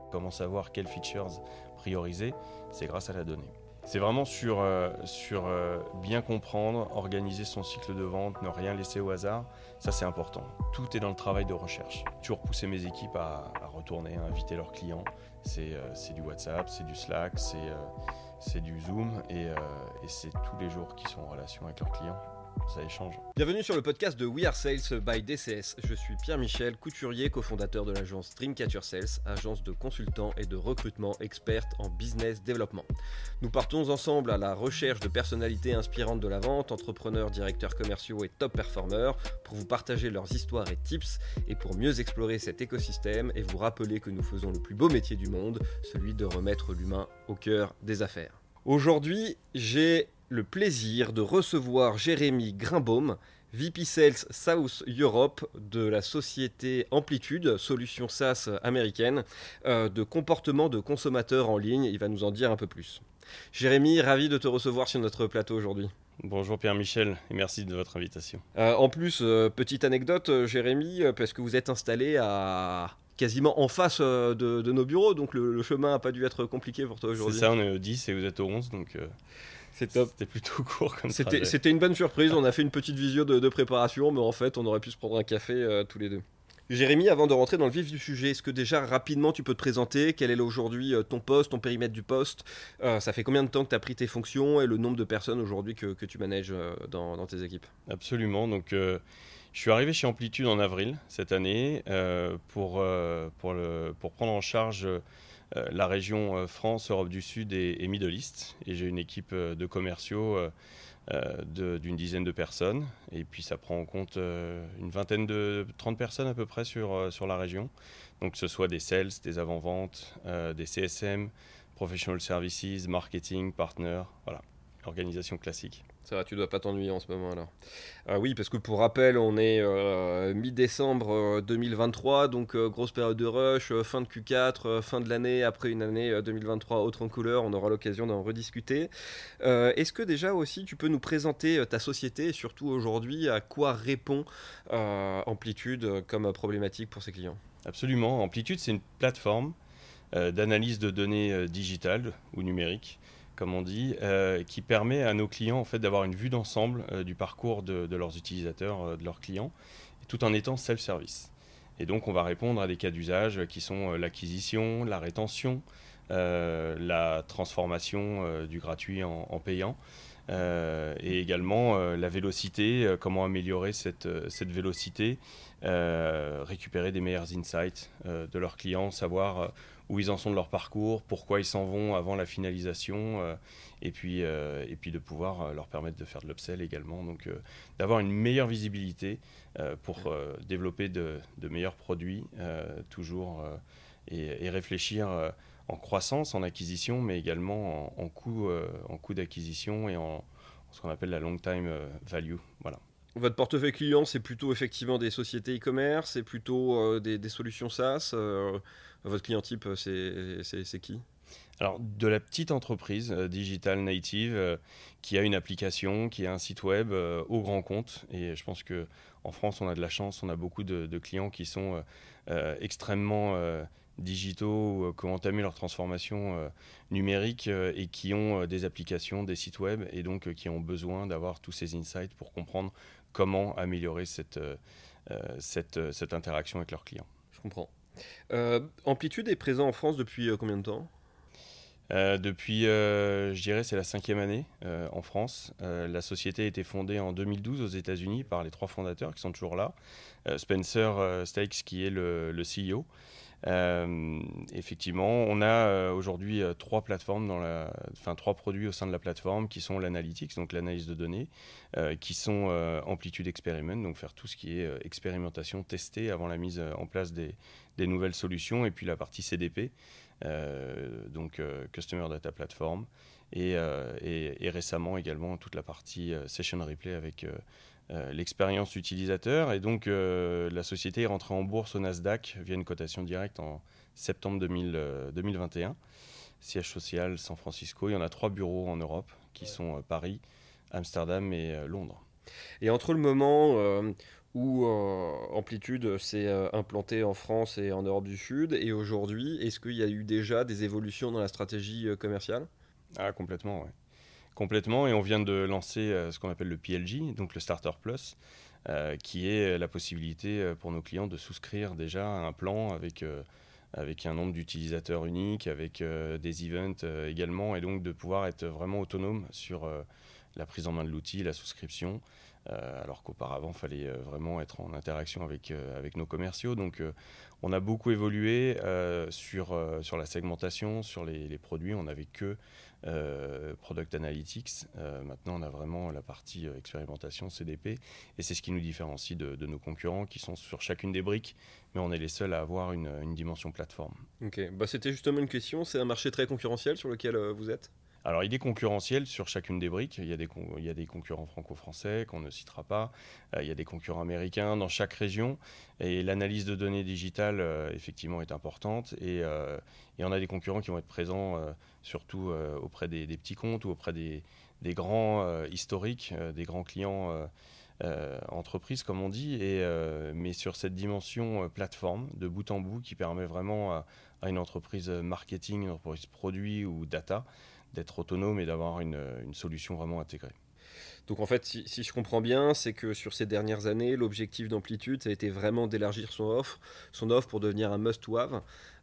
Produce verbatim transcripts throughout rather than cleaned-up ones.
Comment savoir quelles features prioriser? C'est grâce à la donnée. C'est vraiment sur, euh, sur euh, bien comprendre, organiser son cycle de vente, ne rien laisser au hasard. Ça, c'est important. Tout est dans le travail de recherche. Toujours pousser mes équipes à, à retourner, à inviter leurs clients. C'est, euh, c'est du WhatsApp, c'est du Slack, c'est, euh, c'est du Zoom et, euh, et c'est tous les jours qu'ils sont en relation avec leurs clients. Ça échange. Bienvenue sur le podcast de We Are Sales by D C S. Je suis Pierre-Michel, couturier, cofondateur de l'agence Dreamcatcher Sales, agence de consultants et de recrutement experte en business développement. Nous partons ensemble à la recherche de personnalités inspirantes de la vente, entrepreneurs, directeurs commerciaux et top performers, pour vous partager leurs histoires et tips et pour mieux explorer cet écosystème et vous rappeler que nous faisons le plus beau métier du monde, celui de remettre l'humain au cœur des affaires. Aujourd'hui, j'ai le plaisir de recevoir Jérémy Grimbaum, V P Sales South Europe de la société Amplitude, solution SaaS américaine, euh, de comportement de consommateurs en ligne. Il va nous en dire un peu plus. Jérémy, ravi de te recevoir sur notre plateau aujourd'hui. Bonjour Pierre-Michel et merci de votre invitation. Euh, en plus, euh, petite anecdote, Jérémy, parce que vous êtes installé à... quasiment en face de, de nos bureaux, donc le, le chemin n'a pas dû être compliqué pour toi aujourd'hui. C'est ça, on est au dix et vous êtes au onze, donc euh, c'est top. C'était plutôt court comme ça. C'était, c'était une bonne surprise, on a fait une petite visio de, de préparation, mais en fait on aurait pu se prendre un café euh, tous les deux. Jérémy, avant de rentrer dans le vif du sujet, est-ce que déjà rapidement tu peux te présenter? Quel est là aujourd'hui euh, ton poste, ton périmètre du poste? euh, Ça fait combien de temps que tu as pris tes fonctions et le nombre de personnes aujourd'hui que, que tu manages euh, dans, dans tes équipes? Absolument, donc... Euh... Je suis arrivé chez Amplitude en avril cette année euh, pour, euh, pour, le, pour prendre en charge euh, la région euh, France, Europe du Sud et, et Middle East. Et j'ai une équipe euh, de commerciaux euh, de, d'une dizaine de personnes. Et puis ça prend en compte euh, une vingtaine de trente personnes à peu près sur, euh, sur la région. Donc que ce soit des sales, des avant-ventes, euh, des C S M, professional services, marketing, partners, voilà, organisation classique. Ça va, tu dois pas t'ennuyer en ce moment alors. Ah oui, parce que pour rappel, on est euh, mi-décembre euh, deux mille vingt-trois, donc euh, grosse période de rush, euh, fin de Q quatre, euh, fin de l'année, après une année euh, deux mille vingt-trois autre en couleur, on aura l'occasion d'en rediscuter. Euh, est-ce que déjà aussi tu peux nous présenter euh, ta société et surtout aujourd'hui à quoi répond euh, Amplitude euh, comme problématique pour ses clients? Absolument, Amplitude c'est une plateforme euh, d'analyse de données euh, digitales ou numériques, comme on dit, euh, qui permet à nos clients en fait, d'avoir une vue d'ensemble euh, du parcours de, de leurs utilisateurs, euh, de leurs clients, tout en étant self-service. Et donc on va répondre à des cas d'usage qui sont euh, l'acquisition, la rétention, euh, la transformation euh, du gratuit en, en payant, euh, et également euh, la vélocité, euh, comment améliorer cette, euh, cette vélocité, euh, récupérer des meilleurs insights euh, de leurs clients, savoir... Euh, où ils en sont de leur parcours, pourquoi ils s'en vont avant la finalisation, euh, et, puis, euh, et puis de pouvoir euh, leur permettre de faire de l'upsell également. Donc euh, d'avoir une meilleure visibilité euh, pour euh, développer de, de meilleurs produits, euh, toujours, euh, et, et réfléchir euh, en croissance, en acquisition, mais également en, en coût, euh, en coût d'acquisition et en, en ce qu'on appelle la long time value. Voilà. Votre portefeuille client, c'est plutôt effectivement des sociétés e-commerce, c'est plutôt euh, des, des solutions SaaS. Euh, votre client type, c'est, c'est, c'est qui? Alors, de la petite entreprise euh, digital native euh, qui a une application, qui a un site web euh, au grand compte. Et je pense qu'en France, on a de la chance, on a beaucoup de, de clients qui sont euh, euh, extrêmement euh, digitaux, euh, qui ont entamé leur transformation euh, numérique euh, et qui ont euh, des applications, des sites web et donc euh, qui ont besoin d'avoir tous ces insights pour comprendre comment améliorer cette, euh, cette, cette interaction avec leurs clients. Je comprends. Euh, Amplitude est présent en France depuis euh, combien de temps? euh, Depuis, euh, je dirais, c'est la cinquième année euh, en France. Euh, la société a été fondée en deux mille douze aux États-Unis par les trois fondateurs qui sont toujours là. Euh, Spencer euh, Stakes qui est le, le C E O. Euh, effectivement, on a euh, aujourd'hui euh, trois plateformes, dans la, enfin trois produits au sein de la plateforme qui sont l'analytics, donc l'analyse de données, euh, qui sont euh, Amplitude Experiment, donc faire tout ce qui est euh, expérimentation, tester avant la mise en place des, des nouvelles solutions, et puis la partie C D P, euh, donc euh, Customer Data Platform, et, euh, et, et récemment également toute la partie euh, Session Replay avec euh, Euh, l'expérience utilisateur. Et donc, euh, la société est rentrée en bourse au Nasdaq via une cotation directe en septembre deux mille, euh, deux mille vingt et un. Siège social San Francisco. Il y en a trois bureaux en Europe qui ouais. sont euh, Paris, Amsterdam et euh, Londres. Et entre le moment euh, où euh, Amplitude s'est euh, implanté en France et en Europe du Sud. Et aujourd'hui, est-ce qu'il y a eu déjà des évolutions dans la stratégie euh, commerciale? Ah, complètement, ouais. Complètement, et on vient de lancer euh, ce qu'on appelle le P L G, donc le Starter Plus, euh, qui est la possibilité euh, pour nos clients de souscrire déjà à un plan avec, euh, avec un nombre d'utilisateurs unique, avec euh, des events euh, également, et donc de pouvoir être vraiment autonome sur euh, la prise en main de l'outil, la souscription, euh, alors qu'auparavant, il fallait euh, vraiment être en interaction avec, euh, avec nos commerciaux. Donc euh, on a beaucoup évolué euh, sur, euh, sur la segmentation, sur les, les produits. On n'avait que euh, Product Analytics. Euh, maintenant, on a vraiment la partie euh, expérimentation, C D P, et c'est ce qui nous différencie de, de nos concurrents qui sont sur chacune des briques, mais on est les seuls à avoir une, une dimension plateforme. Ok, bah, c'était justement une question. C'est un marché très concurrentiel sur lequel euh, vous êtes? Alors, il est concurrentiel sur chacune des briques. Il y a des, con- il y a des concurrents franco-français qu'on ne citera pas. Euh, il y a des concurrents américains dans chaque région. Et l'analyse de données digitales, euh, effectivement, est importante. Et, euh, et on a des concurrents qui vont être présents euh, surtout euh, auprès des, des petits comptes ou auprès des, des grands euh, historiques, euh, des grands clients euh, euh, entreprises, comme on dit. Et, euh, mais sur cette dimension euh, plateforme, de bout en bout, qui permet vraiment à, à une entreprise marketing, une entreprise produit ou data, d'être autonome et d'avoir une, une solution vraiment intégrée. Donc en fait, si, si je comprends bien, c'est que sur ces dernières années, l'objectif d'Amplitude, ça a été vraiment d'élargir son offre, son offre pour devenir un must-have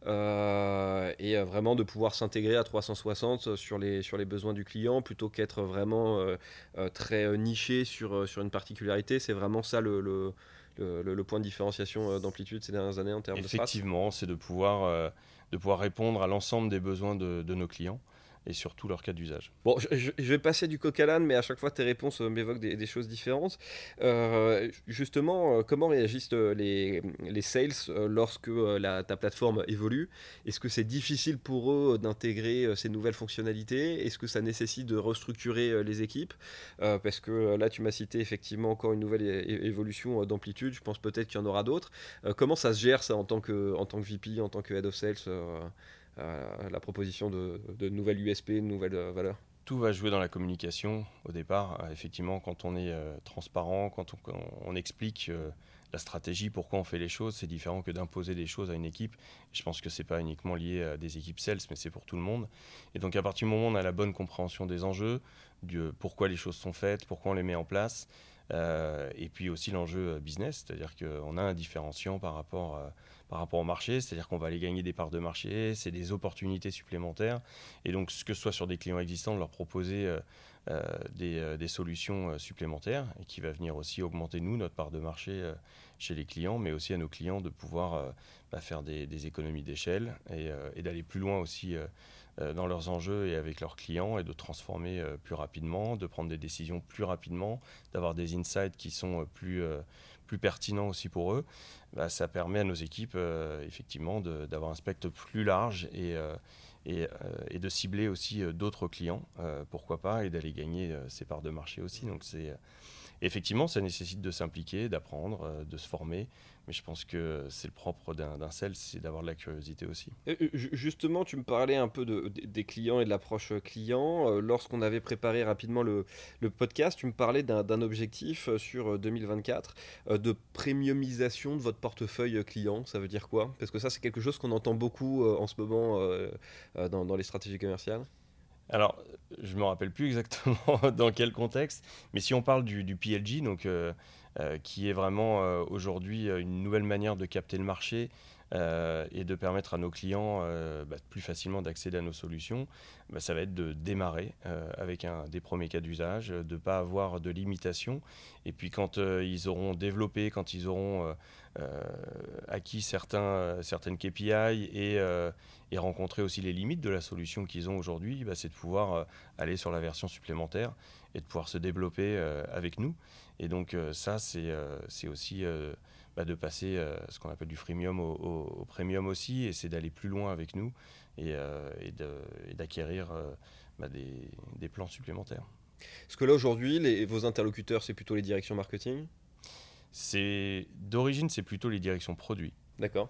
euh, et euh, vraiment de pouvoir s'intégrer à trois cent soixante sur les, sur les besoins du client plutôt qu'être vraiment euh, euh, très euh, niché sur, euh, sur une particularité. C'est vraiment ça le, le, le, le point de différenciation euh, d'Amplitude ces dernières années en termes de strat. Effectivement, c'est de pouvoir, euh, de pouvoir répondre à l'ensemble des besoins de, de nos clients et surtout leur cas d'usage. Bon, je, je- je vais passer du coq à l'âne, mais à chaque fois tes réponses euh, m'évoquent des, des choses différentes. Euh, justement, euh, comment réagissent euh, les, les sales euh, lorsque euh, la- ta plateforme évolue? Est-ce que c'est difficile pour eux euh, d'intégrer euh, ces nouvelles fonctionnalités? Est-ce que ça nécessite de restructurer euh, les équipes? Euh, Parce que euh, là, tu m'as cité effectivement encore une nouvelle é- é- évolution euh, d'amplitude. Je pense peut-être qu'il y en aura d'autres. Euh, comment ça se gère ça en tant que, en tant que V P, en tant que Head of Sales? euh, euh, la proposition de, de nouvelles U S P, de nouvelles euh, valeurs. Tout va jouer dans la communication au départ. Euh, effectivement, quand on est euh, transparent, quand on, quand on explique euh, la stratégie, pourquoi on fait les choses, c'est différent que d'imposer des choses à une équipe. Je pense que c'est pas uniquement lié à des équipes sales, mais c'est pour tout le monde. Et donc à partir du moment où on a la bonne compréhension des enjeux, du euh, pourquoi les choses sont faites, pourquoi on les met en place, euh, et puis aussi l'enjeu euh, business, c'est-à-dire qu'on a un différenciant par rapport, euh, par rapport au marché, c'est-à-dire qu'on va aller gagner des parts de marché, c'est des opportunités supplémentaires. Et donc, ce que ce soit sur des clients existants, de leur proposer euh, euh, des, euh, des solutions euh, supplémentaires et qui va venir aussi augmenter, nous, notre part de marché euh, chez les clients, mais aussi à nos clients de pouvoir euh, bah, faire des, des économies d'échelle et, euh, et d'aller plus loin aussi euh, euh, dans leurs enjeux et avec leurs clients et de transformer euh, plus rapidement, de prendre des décisions plus rapidement, d'avoir des insights qui sont euh, plus, euh, plus pertinents aussi pour eux. Bah, ça permet à nos équipes euh, effectivement de- d'avoir un spectre plus large et, euh, et, euh, et de cibler aussi euh, d'autres clients, euh, pourquoi pas, et d'aller gagner euh, ces parts de marché aussi. Donc c'est euh, effectivement, ça nécessite de s'impliquer, d'apprendre, euh, de se former, mais je pense que c'est le propre d'un d'un sales, c'est d'avoir de la curiosité aussi. Et, euh, ju- justement, tu me parlais un peu de- de- des clients et de l'approche euh, client. Euh, lorsqu'on avait préparé rapidement le, le podcast, tu me parlais d'un d'un objectif euh, sur euh, deux mille vingt-quatre euh, de premiumisation de votre portefeuille euh, client. Ça veut dire quoi? Parce que ça, c'est quelque chose qu'on entend beaucoup euh, en ce moment euh, euh, dans, dans les stratégies commerciales. Alors, je me rappelle plus exactement dans quel contexte, mais si on parle du, du P L G, donc, euh, euh, qui est vraiment euh, aujourd'hui euh, une nouvelle manière de capter le marché euh, et de permettre à nos clients euh, bah, plus facilement d'accéder à nos solutions, bah, ça va être de démarrer euh, avec un, des premiers cas d'usage, de ne pas avoir de limitation. Et puis quand euh, ils auront développé, quand ils auront euh, euh, acquis certains, euh, certaines K P I et, euh, et rencontrer aussi les limites de la solution qu'ils ont aujourd'hui, bah, c'est de pouvoir euh, aller sur la version supplémentaire et de pouvoir se développer euh, avec nous. Et donc euh, ça, c'est euh, c'est aussi euh, bah, de passer euh, ce qu'on appelle du freemium au, au- au premium aussi, et c'est d'aller plus loin avec nous et, euh, et de- et d'acquérir euh, bah, des, des plans supplémentaires. Parce que là, aujourd'hui, les- vos interlocuteurs, c'est plutôt les directions marketing. C'est d'origine, c'est plutôt les directions produits. D'accord.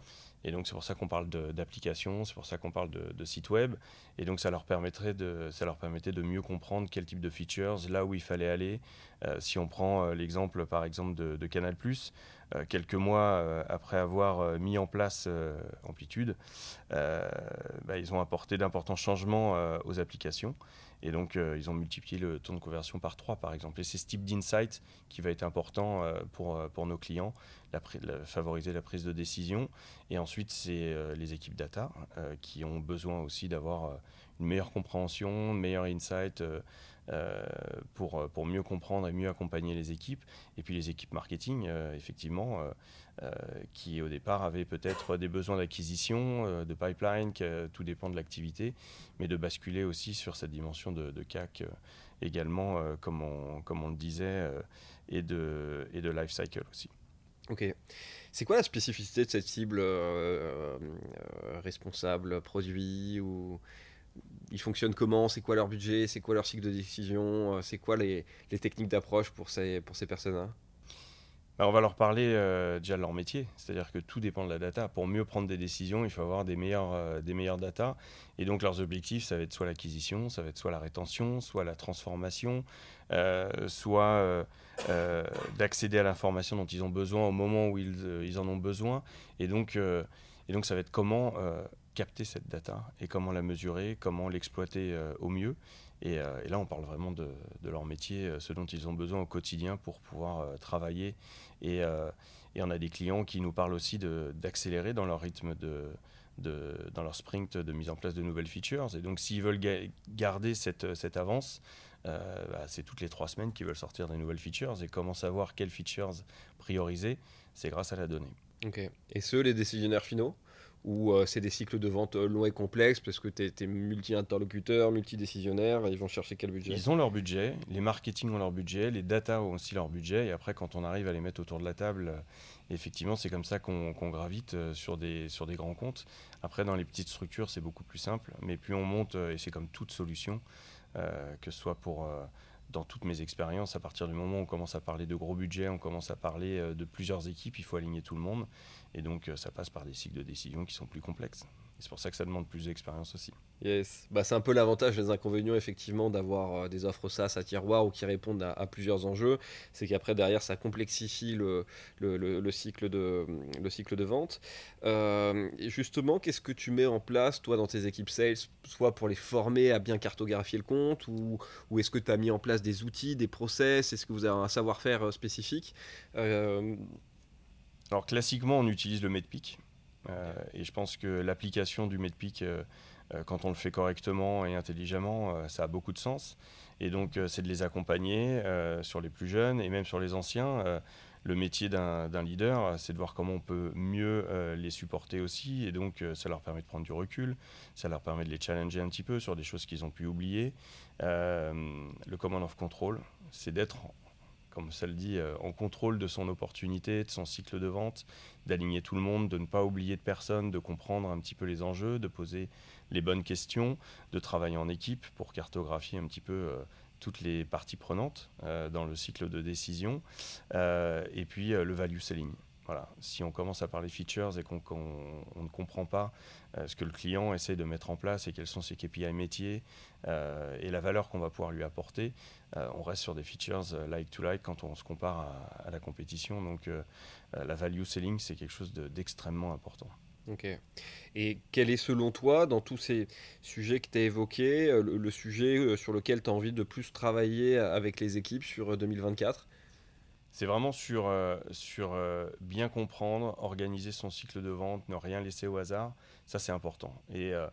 Et donc c'est pour ça qu'on parle de, d'applications, c'est pour ça qu'on parle de, de sites web. Et donc ça leur permettrait de, ça leur permettait de mieux comprendre quel type de features, là où il fallait aller. Euh, si on prend euh, l'exemple par exemple de, de Canal+, euh, quelques mois euh, après avoir euh, mis en place euh, Amplitude, euh, bah, ils ont apporté d'importants changements euh, aux applications. Et donc, euh, ils ont multiplié le taux de conversion par trois, par exemple. Et c'est ce type d'insight qui va être important euh, pour, euh, pour nos clients, la, la, favoriser la prise de décision. Et ensuite, c'est euh, les équipes data euh, qui ont besoin aussi d'avoir euh, une meilleure compréhension, un meilleur insight euh, euh, pour, pour mieux comprendre et mieux accompagner les équipes. Et puis les équipes marketing, euh, effectivement, euh, euh, qui au départ avaient peut-être des besoins d'acquisition, euh, de pipeline, que, tout dépend de l'activité, mais de basculer aussi sur cette dimension de, de C A C euh, également, euh, comme, on, comme on le disait, euh, et, de, et de life cycle aussi. Ok. C'est quoi la spécificité de cette cible euh, euh, responsable, produit ou ils fonctionnent comment? C'est quoi leur budget? C'est quoi leur cycle de décision? C'est quoi les, les techniques d'approche pour ces, pour ces personnes-là? Alors, on va leur parler euh, déjà de leur métier, c'est-à-dire que tout dépend de la data. Pour mieux prendre des décisions, il faut avoir des meilleures, euh, des meilleures data. Et donc leurs objectifs, ça va être soit l'acquisition, ça va être soit la rétention, soit la transformation, euh, soit euh, euh, d'accéder à l'information dont ils ont besoin au moment où ils, euh, ils en ont besoin. Et donc, euh, et donc ça va être comment euh, capter cette data et comment la mesurer, comment l'exploiter euh, au mieux. Et, euh, et là, on parle vraiment de, de leur métier, euh, ce dont ils ont besoin au quotidien pour pouvoir euh, travailler. Et, euh, et on a des clients qui nous parlent aussi de, d'accélérer dans leur rythme, de, de, dans leur sprint de mise en place de nouvelles features. Et donc, s'ils veulent ga- garder cette, cette avance, euh, bah, c'est toutes les trois semaines qu'ils veulent sortir des nouvelles features. Et comment savoir quelles features prioriser? C'est grâce à la donnée. Ok. Et ceux, les décisionnaires finaux? Ou euh, c'est des cycles de vente euh, longs et complexes parce que tu es multi-interlocuteur, multi-décisionnaire, ils vont chercher quel budget? Ils ont leur budget, les marketing ont leur budget, les data ont aussi leur budget. Et après, quand on arrive à les mettre autour de la table, euh, effectivement, c'est comme ça qu'on, qu'on gravite euh, sur des, sur des grands comptes. Après, dans les petites structures, c'est beaucoup plus simple. Mais plus on monte, euh, et c'est comme toute solution, euh, que ce soit pour, euh, dans toutes mes expériences, à partir du moment où on commence à parler de gros budgets, on commence à parler euh, de plusieurs équipes, il faut aligner tout le monde. Et donc, euh, ça passe par des cycles de décision qui sont plus complexes. Et c'est pour ça que ça demande plus d'expérience aussi. Yes, bah, c'est un peu l'avantage, les inconvénients effectivement d'avoir euh, des offres SaaS à tiroir ou qui répondent à, à plusieurs enjeux, c'est qu'après derrière ça complexifie le, le, le- le cycle, de, le cycle de vente. Euh, et justement, qu'est-ce que tu mets en place toi dans tes équipes sales, soit pour les former à bien cartographier le compte, ou, ou est-ce que tu as mis en place des outils, des process, est-ce que vous avez un savoir-faire euh, spécifique? Euh, Alors classiquement, on utilise le Medpic. Euh, et je pense que l'application du Medpic, euh, euh, quand on le fait correctement et intelligemment, euh, ça a beaucoup de sens. Et donc, euh, c'est de les accompagner euh, sur les plus jeunes et même sur les anciens. Euh, le métier d'un, d'un leader, euh, c'est de voir comment on peut mieux euh, les supporter aussi. Et donc, euh, ça leur permet de prendre du recul. Ça leur permet de les challenger un petit peu sur des choses qu'ils ont pu oublier. Euh, le command of control, c'est d'être comme ça le dit, euh, en contrôle de son opportunité, de son cycle de vente, d'aligner tout le monde, de ne pas oublier de personne, de comprendre un petit peu les enjeux, de poser les bonnes questions, de travailler en équipe pour cartographier un petit peu euh, toutes les parties prenantes euh, dans le cycle de décision, euh, et puis euh, le value selling. Voilà. Si on commence à parler features et qu'on, qu'on on ne comprend pas euh, ce que le client essaie de mettre en place et quels sont ses K P I métiers euh, et la valeur qu'on va pouvoir lui apporter, euh, on reste sur des features euh, like to like quand on se compare à, à la compétition. Donc euh, la value selling, c'est quelque chose de, d'extrêmement important. Ok. Et quel est selon toi, dans tous ces sujets que tu as évoqués, euh, le, le sujet euh, sur lequel tu as envie de plus travailler avec les équipes sur euh, deux mille vingt-quatre? C'est vraiment sur, euh, sur euh, bien comprendre, organiser son cycle de vente, ne rien laisser au hasard. Ça, c'est important. Et, euh,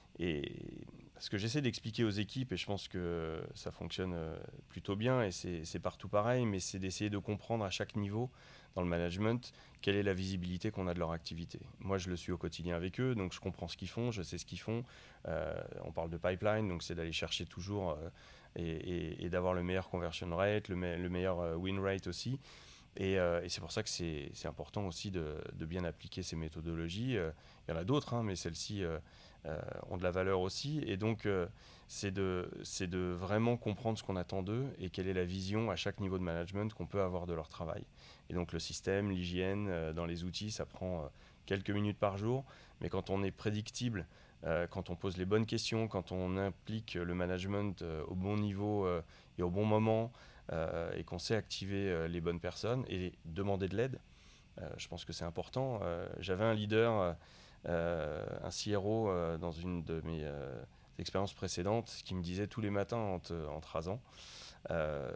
et ce que j'essaie d'expliquer aux équipes, et je pense que ça fonctionne euh, plutôt bien, et c'est, c'est partout pareil, mais c'est d'essayer de comprendre à chaque niveau dans le management quelle est la visibilité qu'on a de leur activité. Moi, je le suis au quotidien avec eux, donc je comprends ce qu'ils font, je sais ce qu'ils font. Euh, on parle de pipeline, donc c'est d'aller chercher toujours euh, et, et, et d'avoir le meilleur conversion rate, le, me- le meilleur euh, win rate aussi. Et, euh, et c'est pour ça que c'est, c'est important aussi de, de bien appliquer ces méthodologies. Euh, il y en a d'autres, hein, mais celles-ci euh, euh, ont de la valeur aussi. Et donc, euh, c'est de, c'est de vraiment comprendre ce qu'on attend d'eux et quelle est la vision à chaque niveau de management qu'on peut avoir de leur travail. Et donc, le système, l'hygiène, euh, dans les outils, ça prend euh, quelques minutes par jour, mais quand on est prédictible, euh, quand on pose les bonnes questions, quand on implique le management euh, au bon niveau euh, et au bon moment, euh, et qu'on sait activer euh, les bonnes personnes et demander de l'aide, euh, je pense que c'est important. Euh, j'avais un leader, euh, un C R O euh, dans une de mes euh, expériences précédentes qui me disait tous les matins en te, en te rasant, euh,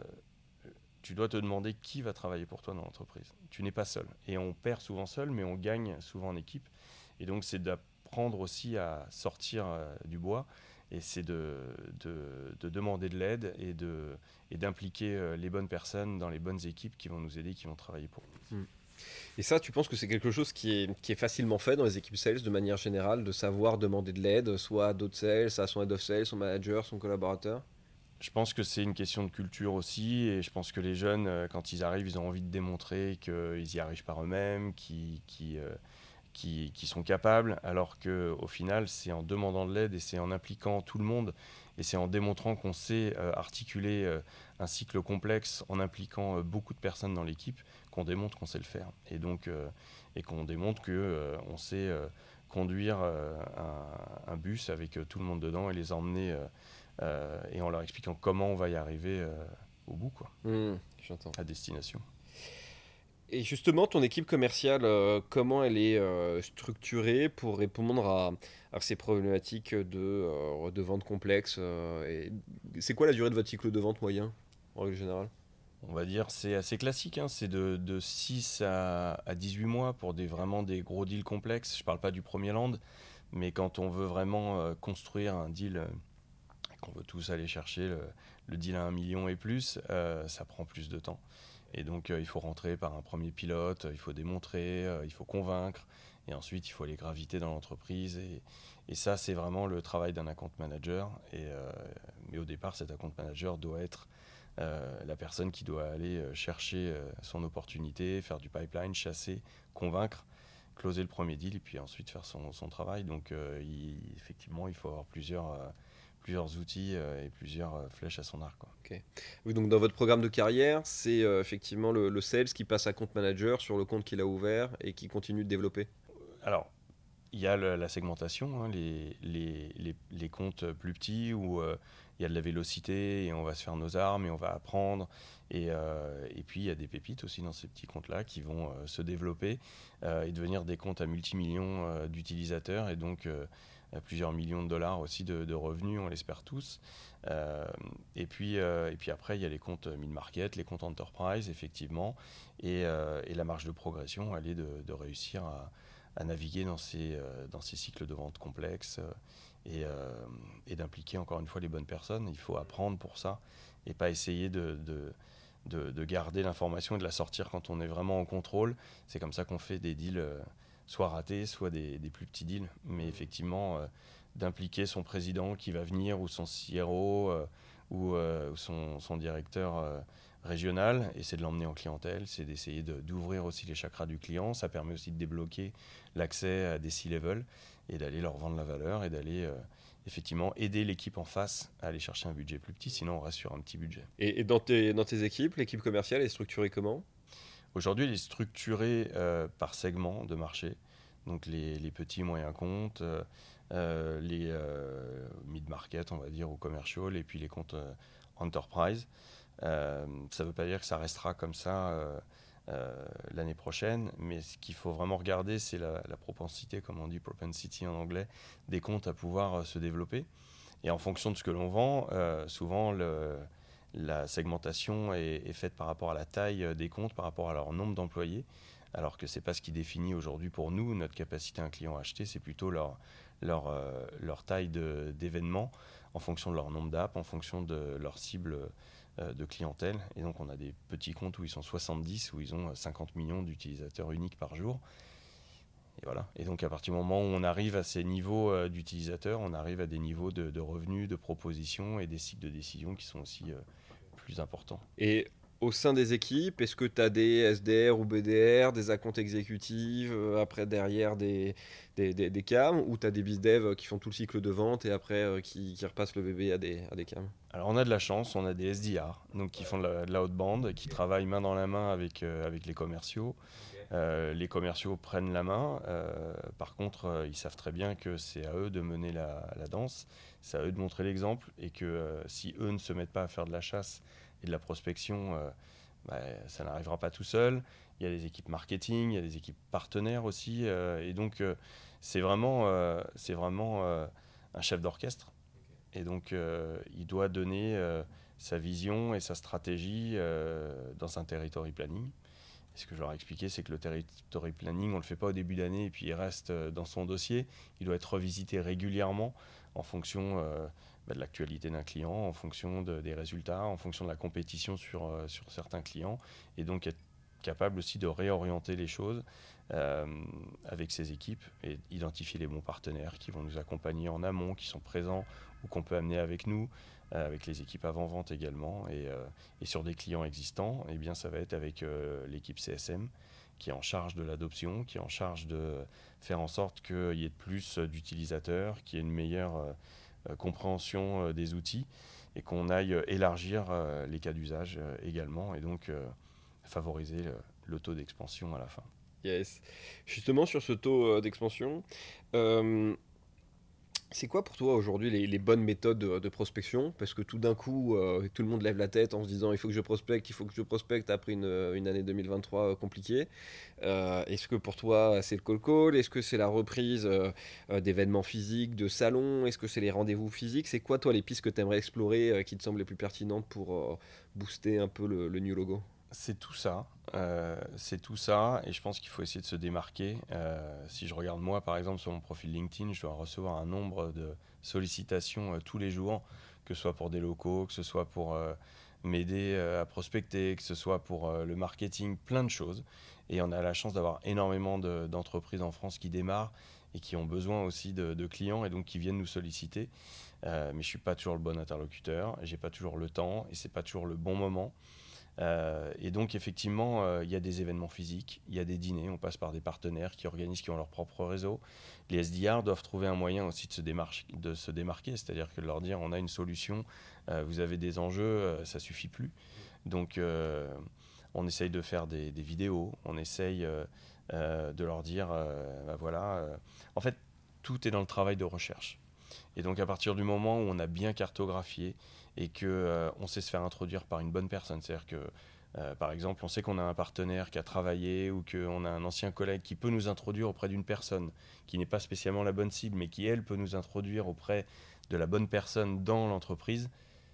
tu dois te demander qui va travailler pour toi dans l'entreprise. Tu n'es pas seul. Et on perd souvent seul, mais on gagne souvent en équipe. Et donc, c'est d'apprendre aussi à sortir euh, du bois. Et c'est de, de, de demander de l'aide et, de, et d'impliquer euh, les bonnes personnes dans les bonnes équipes qui vont nous aider, qui vont travailler pour nous. Mm. Et ça, tu penses que c'est quelque chose qui est, qui est facilement fait dans les équipes sales de manière générale, de savoir demander de l'aide, soit à d'autres sales, à son head of sales, son manager, son collaborateur? Je pense que c'est une question de culture aussi, et je pense que les jeunes, euh, quand ils arrivent, ils ont envie de démontrer qu'ils y arrivent par eux-mêmes, qu'ils, qu'ils, euh, qui, qui sont capables, alors qu'au final, c'est en demandant de l'aide et c'est en impliquant tout le monde et c'est en démontrant qu'on sait euh, articuler euh, un cycle complexe en impliquant euh, beaucoup de personnes dans l'équipe qu'on démontre qu'on sait le faire. Et donc, euh, et qu'on démontre qu'on euh, sait euh, conduire euh, un, un bus avec euh, tout le monde dedans et les emmener euh, euh, et en leur expliquant comment on va y arriver euh, au bout, quoi, Mmh, j'entends. à destination. Et justement, ton équipe commerciale, euh, comment elle est euh, structurée pour répondre à, à ces problématiques de, euh, de vente complexe euh, et c'est quoi la durée de votre cycle de vente moyen, en règle générale? On va dire c'est assez classique, hein. C'est de, de six à, à dix-huit mois pour des, vraiment des gros deals complexes. Je ne parle pas du premier land, mais quand on veut vraiment euh, construire un deal, euh, qu'on veut tous aller chercher le, le deal à un million et plus, euh, ça prend plus de temps. Et donc euh, il faut rentrer par un premier pilote, il faut démontrer, euh, il faut convaincre, et ensuite il faut aller graviter dans l'entreprise. Et, et ça, c'est vraiment le travail d'un account manager. Et, euh, mais au départ, cet account manager doit être euh, la personne qui doit aller euh, chercher euh, son opportunité, faire du pipeline, chasser, convaincre, closer le premier deal et puis ensuite faire son, son travail. Donc euh, il, effectivement, il faut avoir plusieurs, euh, plusieurs outils euh, et plusieurs euh, flèches à son arc, quoi. Ok. Oui, donc dans votre programme de carrière, c'est euh, effectivement le, le sales qui passe à compte manager sur le compte qu'il a ouvert et qui continue de développer. Alors, il y a le, la segmentation, hein, les, les, les, les comptes plus petits où euh, il y a de la vélocité et on va se faire nos armes et on va apprendre. Et, euh, et puis il y a des pépites aussi dans ces petits comptes-là qui vont euh, se développer euh, et devenir des comptes à multimillions euh, d'utilisateurs et donc euh, à plusieurs millions de dollars aussi de, de revenus, on l'espère tous. Euh, et, puis, euh, et puis après, il y a les comptes mid-market, les comptes enterprise, effectivement. Et, euh, et la marge de progression, elle est de, de réussir à à naviguer dans ces, euh, dans ces cycles de vente complexes euh, et, euh, et d'impliquer encore une fois les bonnes personnes. Il faut apprendre pour ça et pas essayer de, de, de, de garder l'information et de la sortir quand on est vraiment en contrôle. C'est comme ça qu'on fait des deals euh, soit ratés, soit des, des plus petits deals. Mais effectivement, euh, d'impliquer son président qui va venir ou son C R O euh, ou, euh, ou son, son directeur euh, régional, et c'est de l'emmener en clientèle, c'est d'essayer de, d'ouvrir aussi les chakras du client. Ça permet aussi de débloquer l'accès à des C-level et d'aller leur vendre la valeur et d'aller euh, effectivement aider l'équipe en face à aller chercher un budget plus petit, sinon on reste sur un petit budget. Et, et dans, tes, dans tes équipes, l'équipe commerciale est structurée comment? Aujourd'hui, elle est structurée euh, par segment de marché, donc les, les petits et moyens comptes, euh, euh, les euh, mid-market, on va dire, ou commercial, et puis les comptes euh, enterprise. Euh, ça ne veut pas dire que ça restera comme ça euh, euh, l'année prochaine, mais ce qu'il faut vraiment regarder, c'est la, la propensité, comme on dit propensity en anglais, des comptes à pouvoir euh, se développer. Et en fonction de ce que l'on vend, euh, souvent le, la segmentation est, est faite par rapport à la taille des comptes, par rapport à leur nombre d'employés, alors que ce n'est pas ce qui définit aujourd'hui pour nous notre capacité à un client à acheter, c'est plutôt leur, leur, euh, leur taille de, d'événement, en fonction de leur nombre d'apps, en fonction de leur cible de clientèle. Et donc on a des petits comptes où ils sont soixante-dix, où ils ont cinquante millions d'utilisateurs uniques par jour. Et voilà. Et donc à partir du moment où on arrive à ces niveaux euh, d'utilisateurs, on arrive à des niveaux de, de revenus, de propositions et des cycles de décision qui sont aussi euh, plus importants. Et au sein des équipes, est-ce que tu as des S D R ou B D R, des accounts exécutifs, euh, après derrière des, des, des, des C A M, ou tu as des BizDev qui font tout le cycle de vente et après euh, qui, qui repassent le bébé à des, à des C A M? Alors on a de la chance, on a des S D R, donc qui font de la, de la outbound, qui travaillent main dans la main avec, euh, avec les commerciaux. Euh, les commerciaux prennent la main. Euh, par contre, euh, ils savent très bien que c'est à eux de mener la, la danse, c'est à eux de montrer l'exemple et que euh, si eux ne se mettent pas à faire de la chasse et de la prospection, euh, bah, ça n'arrivera pas tout seul. Il y a des équipes marketing, il y a des équipes partenaires aussi. Euh, et donc, euh, c'est vraiment, euh, c'est vraiment euh, un chef d'orchestre. Et donc, euh, il doit donner euh, sa vision et sa stratégie euh, dans un territory planning. Et ce que je leur ai expliqué, c'est que le territory planning, on ne le fait pas au début d'année et puis il reste euh, dans son dossier. Il doit être revisité régulièrement en fonction euh, bah, de l'actualité d'un client, en fonction de, des résultats, en fonction de la compétition sur, euh, sur certains clients. Et donc être capable aussi de réorienter les choses euh, avec ses équipes et identifier les bons partenaires qui vont nous accompagner en amont, qui sont présents ou qu'on peut amener avec nous, euh, avec les équipes avant-vente également. Et, euh, et sur des clients existants, eh bien, ça va être avec euh, l'équipe C S M qui est en charge de l'adoption, qui est en charge de faire en sorte qu'il y ait plus d'utilisateurs, qu'il y ait une meilleure euh, compréhension euh, des outils et qu'on aille élargir euh, les cas d'usage euh, également et donc euh, favoriser le, le taux d'expansion à la fin. Yes. Justement, sur ce taux euh, d'expansion, euh, c'est quoi pour toi aujourd'hui les, les bonnes méthodes de, de prospection? Parce que tout d'un coup, euh, tout le monde lève la tête en se disant il faut que je prospecte, il faut que je prospecte après une, une année deux mille vingt-trois compliquée. Euh, est-ce que pour toi c'est le call call? Est-ce que c'est la reprise euh, euh, d'événements physiques, de salons? Est-ce que c'est les rendez-vous physiques? C'est quoi toi les pistes que tu aimerais explorer euh, qui te semblent les plus pertinentes pour euh, booster un peu le, le new logo? C'est tout ça, euh, c'est tout ça, et je pense qu'il faut essayer de se démarquer. Euh, si je regarde moi, par exemple, sur mon profil LinkedIn, je dois recevoir un nombre de sollicitations euh, tous les jours, que ce soit pour des locaux, que ce soit pour euh, m'aider euh, à prospecter, que ce soit pour euh, le marketing, plein de choses. Et on a la chance d'avoir énormément de, d'entreprises en France qui démarrent et qui ont besoin aussi de, de clients et donc qui viennent nous solliciter. Euh, mais je ne suis pas toujours le bon interlocuteur, j'ai pas toujours le temps et c'est pas toujours le bon moment. Euh, et donc effectivement, il euh, y a des événements physiques, il y a des dîners, on passe par des partenaires qui organisent, qui ont leur propre réseau. Les S D R doivent trouver un moyen aussi de se, démarcher, de se démarquer, c'est-à-dire que de leur dire on a une solution, euh, vous avez des enjeux, euh, ça suffit plus. Donc euh, on essaye de faire des, des vidéos, on essaye euh, euh, de leur dire, euh, bah voilà, euh, en fait tout est dans le travail de recherche. Et donc à partir du moment où on a bien cartographié et qu'on euh, sait se faire introduire par une bonne personne, c'est-à-dire que euh, par exemple on sait qu'on a un partenaire qui a travaillé ou qu'on a un ancien collègue qui peut nous introduire auprès d'une personne qui n'est pas spécialement la bonne cible mais qui elle peut nous introduire auprès de la bonne personne dans l'entreprise,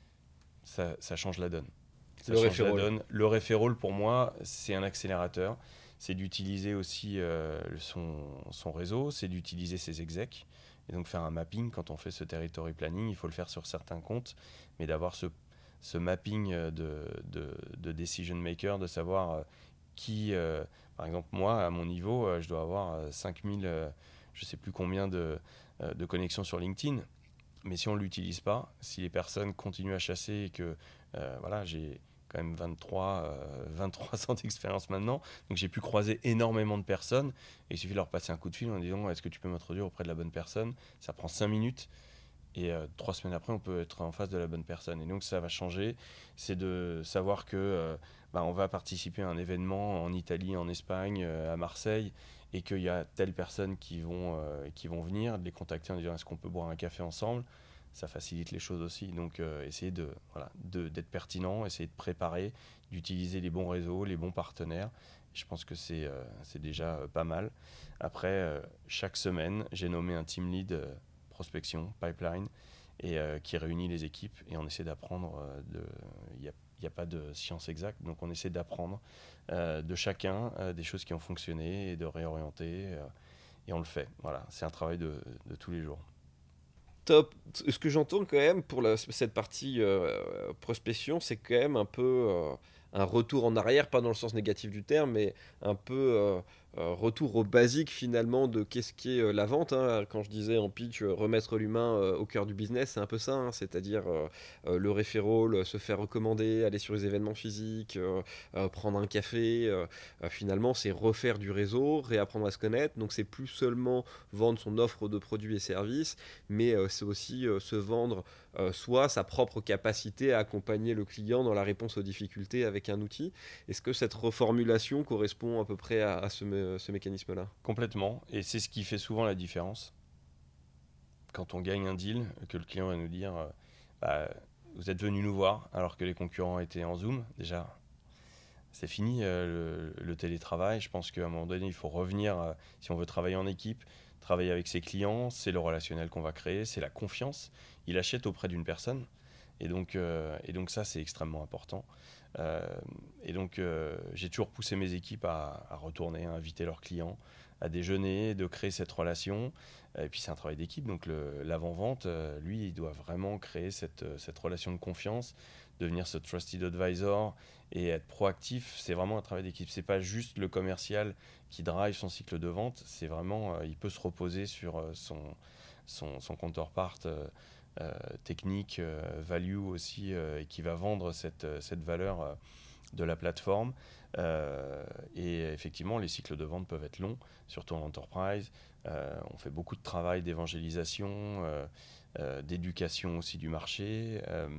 ça, ça change la donne. Ça Le change la référent. donne. Le referral pour moi c'est un accélérateur, c'est d'utiliser aussi euh, son, son réseau, c'est d'utiliser ses execs. Et donc faire un mapping, quand on fait ce territory planning, il faut le faire sur certains comptes, mais d'avoir ce, ce mapping de, de, de decision maker, de savoir euh, qui, euh, par exemple moi, à mon niveau, euh, je dois avoir euh, cinq mille, euh, je ne sais plus combien de, euh, de connexions sur LinkedIn, mais si on ne l'utilise pas, si les personnes continuent à chasser et que, euh, voilà, j'ai quand même vingt-trois, euh, vingt-trois ans d'expérience maintenant, donc j'ai pu croiser énormément de personnes, et il suffit de leur passer un coup de fil en disant est-ce que tu peux m'introduire auprès de la bonne personne, ça prend cinq minutes, et euh, trois semaines après on peut être en face de la bonne personne, et donc ça va changer, c'est de savoir que euh, bah, on va participer à un événement en Italie, en Espagne, euh, à Marseille, et qu'il y a telle personne qui vont, euh, qui vont venir, de les contacter en disant est-ce qu'on peut boire un café ensemble, ça facilite les choses aussi. Donc euh, essayer de, voilà, de, d'être pertinent, essayer de préparer, d'utiliser les bons réseaux, les bons partenaires. Je pense que c'est, euh, c'est déjà euh, pas mal. Après, euh, chaque semaine, j'ai nommé un team lead euh, prospection, pipeline, et euh, qui réunit les équipes et on essaie d'apprendre. Il n'y a, y a pas de science exacte, donc on essaie d'apprendre euh, de chacun euh, des choses qui ont fonctionné et de réorienter. Euh, et on le fait. Voilà, c'est un travail de, de tous les jours. Top. Ce que j'entends quand même pour la- cette partie euh, prospection, c'est quand même un peu euh, un retour en arrière, pas dans le sens négatif du terme, mais un peu euh, Euh, retour au basique finalement de qu'est-ce qu'est euh, la vente, hein. Quand je disais en pitch euh, remettre l'humain euh, au cœur du business, c'est un peu ça, hein. C'est-à-dire euh, euh, le referral, euh, se faire recommander, aller sur les événements physiques, euh, euh, prendre un café. Euh, euh, finalement, c'est refaire du réseau, réapprendre à se connaître. Donc c'est plus seulement vendre son offre de produits et services, mais euh, c'est aussi euh, se vendre euh, soit sa propre capacité à accompagner le client dans la réponse aux difficultés avec un outil. Est-ce que cette reformulation correspond à peu près à, à ce, mé- ce mécanisme-là? Complètement. Et c'est ce qui fait souvent la différence. Quand on gagne un deal, que le client va nous dire euh, bah, vous êtes venu nous voir alors que les concurrents étaient en Zoom, déjà, c'est fini euh, le, le télétravail. Je pense qu'à un moment donné, il faut revenir, euh, si on veut travailler en équipe, travailler avec ses clients, c'est le relationnel qu'on va créer, c'est la confiance. Il achète auprès d'une personne. Et donc, euh, et donc ça, c'est extrêmement important. Euh, et donc, euh, j'ai toujours poussé mes équipes à, à retourner, à inviter leurs clients, à déjeuner, de créer cette relation. Et puis, c'est un travail d'équipe. Donc, le- l'avant-vente, euh, lui, il doit vraiment créer cette, euh, cette relation de confiance, devenir ce trusted advisor et être proactif. C'est vraiment un travail d'équipe. C'est pas juste le commercial qui drive son cycle de vente. C'est vraiment, euh, il peut se reposer sur euh, son, son, son counterpart. Euh, euh, technique, euh, value aussi, euh, et qui va vendre cette, euh, cette valeur euh, de la plateforme. Euh, et effectivement, les cycles de vente peuvent être longs, surtout en enterprise. Euh, on fait beaucoup de travail d'évangélisation, euh, euh, d'éducation aussi du marché. Euh,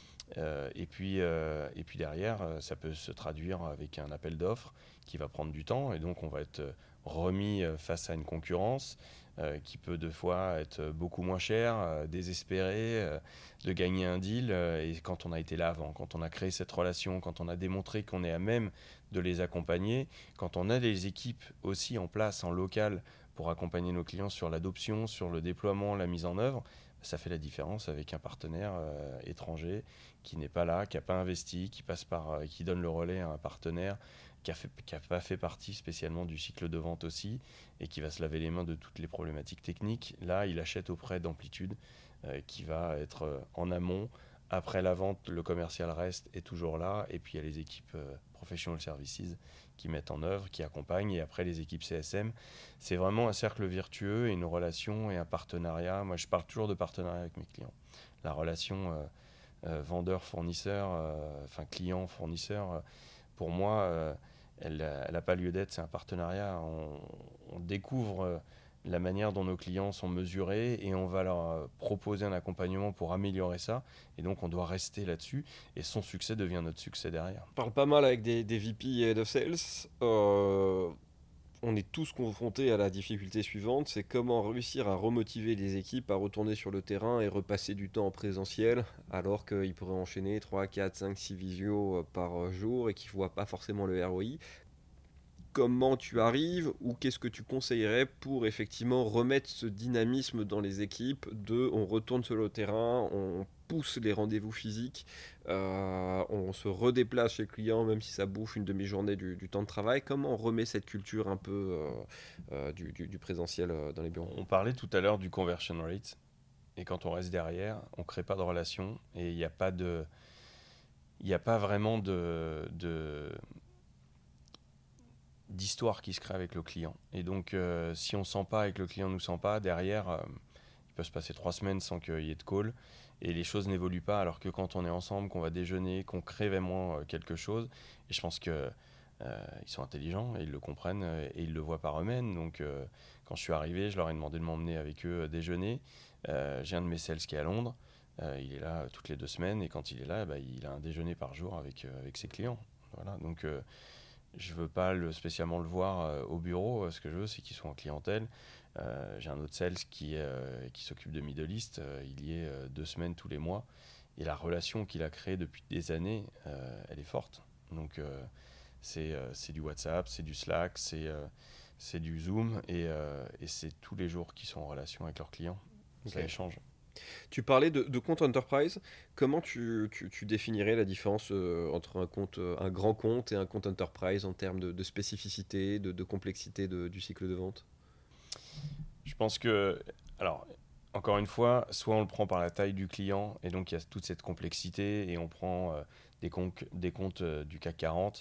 euh, et, puis, euh, et puis derrière, euh, ça peut se traduire avec un appel d'offres qui va prendre du temps. Et donc, on va être remis euh, face à une concurrence euh, qui peut deux fois être beaucoup moins chère, euh, désespéré euh, de gagner un deal. Euh, et quand on a été là avant, quand on a créé cette relation, quand on a démontré qu'on est à même de les accompagner, quand on a des équipes aussi en place, en local, pour accompagner nos clients sur l'adoption, sur le déploiement, la mise en œuvre, ça fait la différence avec un partenaire euh, étranger qui n'est pas là, qui n'a pas investi, qui, passe par, euh, qui donne le relais à un partenaire qui n'a pas fait partie spécialement du cycle de vente aussi et qui va se laver les mains de toutes les problématiques techniques. Là, il achète auprès d'Amplitude euh, qui va être euh, en amont. Après la vente, le commercial reste, est toujours là. Et puis il y a les équipes euh, Professional Services qui mettent en œuvre, qui accompagnent. Et après les équipes C S M. C'est vraiment un cercle vertueux et une relation et un partenariat. Moi, je parle toujours de partenariat avec mes clients. La relation euh, euh, vendeur-fournisseur, euh, enfin client-fournisseur, euh, pour moi, euh, elle n'a pas lieu d'être. C'est un partenariat. On, on découvre euh, la manière dont nos clients sont mesurés et on va leur euh, proposer un accompagnement pour améliorer ça. Et donc, on doit rester là-dessus. Et son succès devient notre succès derrière. On parle pas mal avec des, des V P et Head of Sales. Euh, on est tous confrontés à la difficulté suivante, c'est comment réussir à remotiver les équipes à retourner sur le terrain et repasser du temps en présentiel, alors qu'ils pourraient enchaîner trois, quatre, cinq, six visios par jour et qu'ils ne voient pas forcément le R O I. Comment tu arrives ou qu'est-ce que tu conseillerais pour effectivement remettre ce dynamisme dans les équipes de on retourne sur le terrain, on pousse les rendez-vous physiques, euh, on se redéplace chez le client même si ça bouffe une demi-journée du, du temps de travail. Comment on remet cette culture un peu euh, euh, du, du, du présentiel euh, dans les bureaux? On parlait tout à l'heure du conversion rate. Et quand on reste derrière, on ne crée pas de relation et il n'y a pas de... Il n'y a pas vraiment de, de, d'histoire qui se crée avec le client. Et donc, euh, si on ne sent pas et que le client ne nous sent pas, derrière, euh, il peut se passer trois semaines sans qu'il y ait de call. Et les choses n'évoluent pas, alors que quand on est ensemble, qu'on va déjeuner, qu'on crée vraiment euh, quelque chose, et je pense que euh, ils sont intelligents et ils le comprennent euh, et ils le voient par eux-mêmes. Donc, euh, quand je suis arrivé, je leur ai demandé de m'emmener avec eux euh, déjeuner. Euh, j'ai un de mes sales qui est à Londres. Euh, il est là euh, toutes les deux semaines et quand il est là, bah, il a un déjeuner par jour avec, euh, avec ses clients. Voilà. Donc, euh, je veux pas le, spécialement le voir euh, au bureau. Ce que je veux, c'est qu'il soit en clientèle. Euh, j'ai un autre sales qui, euh, qui s'occupe de Middle East. Euh, il y est euh, deux semaines tous les mois. Et la relation qu'il a créée depuis des années, euh, elle est forte. Donc, euh, c'est, euh, c'est du WhatsApp, c'est du Slack, c'est, euh, c'est du Zoom. Et, euh, et c'est tous les jours qu'ils sont en relation avec leurs clients. Ça Okay. échange. Tu parlais de, de compte enterprise. Comment tu, tu, tu définirais la différence euh, entre un, compte, euh, un grand compte et un compte enterprise en termes de, de spécificité, de, de complexité de- du cycle de vente? Je pense que, alors, encore une fois, soit on le prend par la taille du client, et donc il y a toute cette complexité, et on prend euh, des, comptes, des comptes euh, du CAC quarante,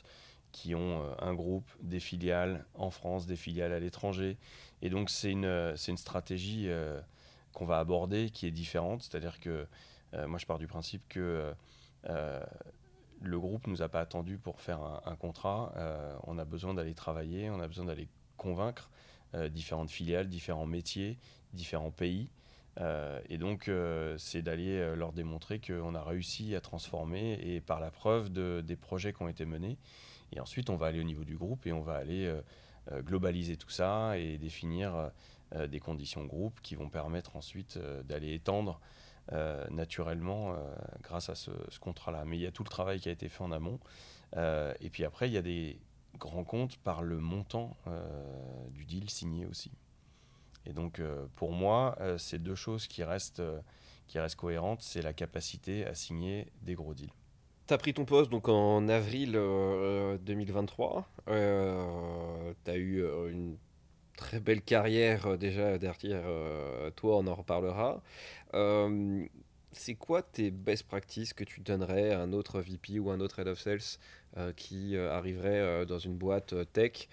qui ont euh, un groupe, des filiales en France, des filiales à l'étranger. Et donc, c'est une, c'est une stratégie euh, qu'on va aborder qui est différente. C'est-à-dire que euh, moi, je pars du principe que euh, le groupe ne nous a pas attendu pour faire un, un contrat. Euh, on a besoin d'aller travailler, on a besoin d'aller convaincre euh, différentes filiales, différents métiers, différents pays. Euh, et donc, euh, c'est d'aller euh, leur démontrer qu'on a réussi à transformer et par la preuve de, des projets qui ont été menés. Et ensuite, on va aller au niveau du groupe et on va aller euh, euh, globaliser tout ça et définir euh, des conditions de groupe qui vont permettre ensuite euh, d'aller étendre euh, naturellement euh, grâce à ce, ce contrat-là. Mais il y a tout le travail qui a été fait en amont. Euh, et puis après, il y a des grands comptes par le montant euh, du deal signé aussi. Et donc, euh, pour moi, euh, c'est deux choses qui restent, euh, qui restent cohérentes. C'est la capacité à signer des gros deals. Tu as pris ton poste donc en avril euh, deux mille vingt-trois. Euh, tu as eu euh, une très belle carrière euh, déjà derrière euh, toi, on en reparlera. Euh, c'est quoi tes best practices que tu donnerais à un autre V P ou un autre Head of Sales euh, qui euh, arriverait euh, dans une boîte euh, tech,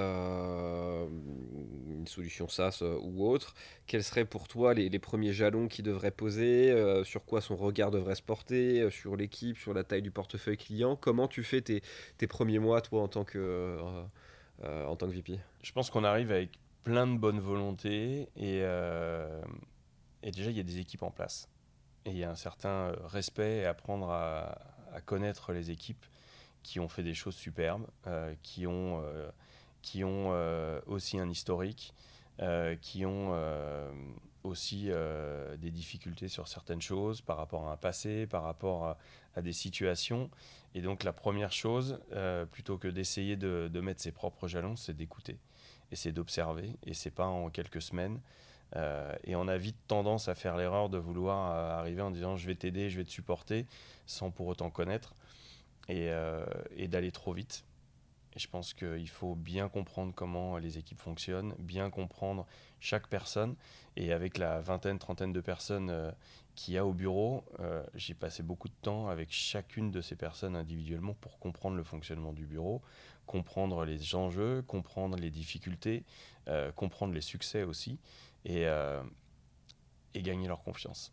euh, une solution SaaS euh, ou autre? Quels seraient pour toi les, les premiers jalons qu'il devrait poser? Euh, sur quoi son regard devrait se porter? euh, Sur l'équipe, sur la taille du portefeuille client? Comment tu fais tes, tes premiers mois, toi, en tant que, euh, euh, en tant que V P? Je pense qu'on arrive avec plein de bonne volonté et, euh, et déjà, il y a des équipes en place. Et il y a un certain respect et apprendre à, à connaître les équipes qui ont fait des choses superbes, euh, qui ont, euh, qui ont euh, aussi un historique, euh, qui ont euh, aussi euh, des difficultés sur certaines choses par rapport à un passé, par rapport à, à des situations. Et donc la première chose, euh, plutôt que d'essayer de, de mettre ses propres jalons, c'est d'écouter. Et c'est d'observer. Et c'est pas en quelques semaines. Euh, et on a vite tendance à faire l'erreur de vouloir euh, arriver en disant je vais t'aider, je vais te supporter, sans pour autant connaître, et, euh, et d'aller trop vite. Et je pense qu'il faut bien comprendre comment les équipes fonctionnent, bien comprendre chaque personne. Et avec la vingtaine, trentaine de personnes euh, qu'il y a au bureau, euh, j'ai passé beaucoup de temps avec chacune de ces personnes individuellement pour comprendre le fonctionnement du bureau, comprendre les enjeux, comprendre les difficultés, euh, comprendre les succès aussi, et, euh, et gagner leur confiance.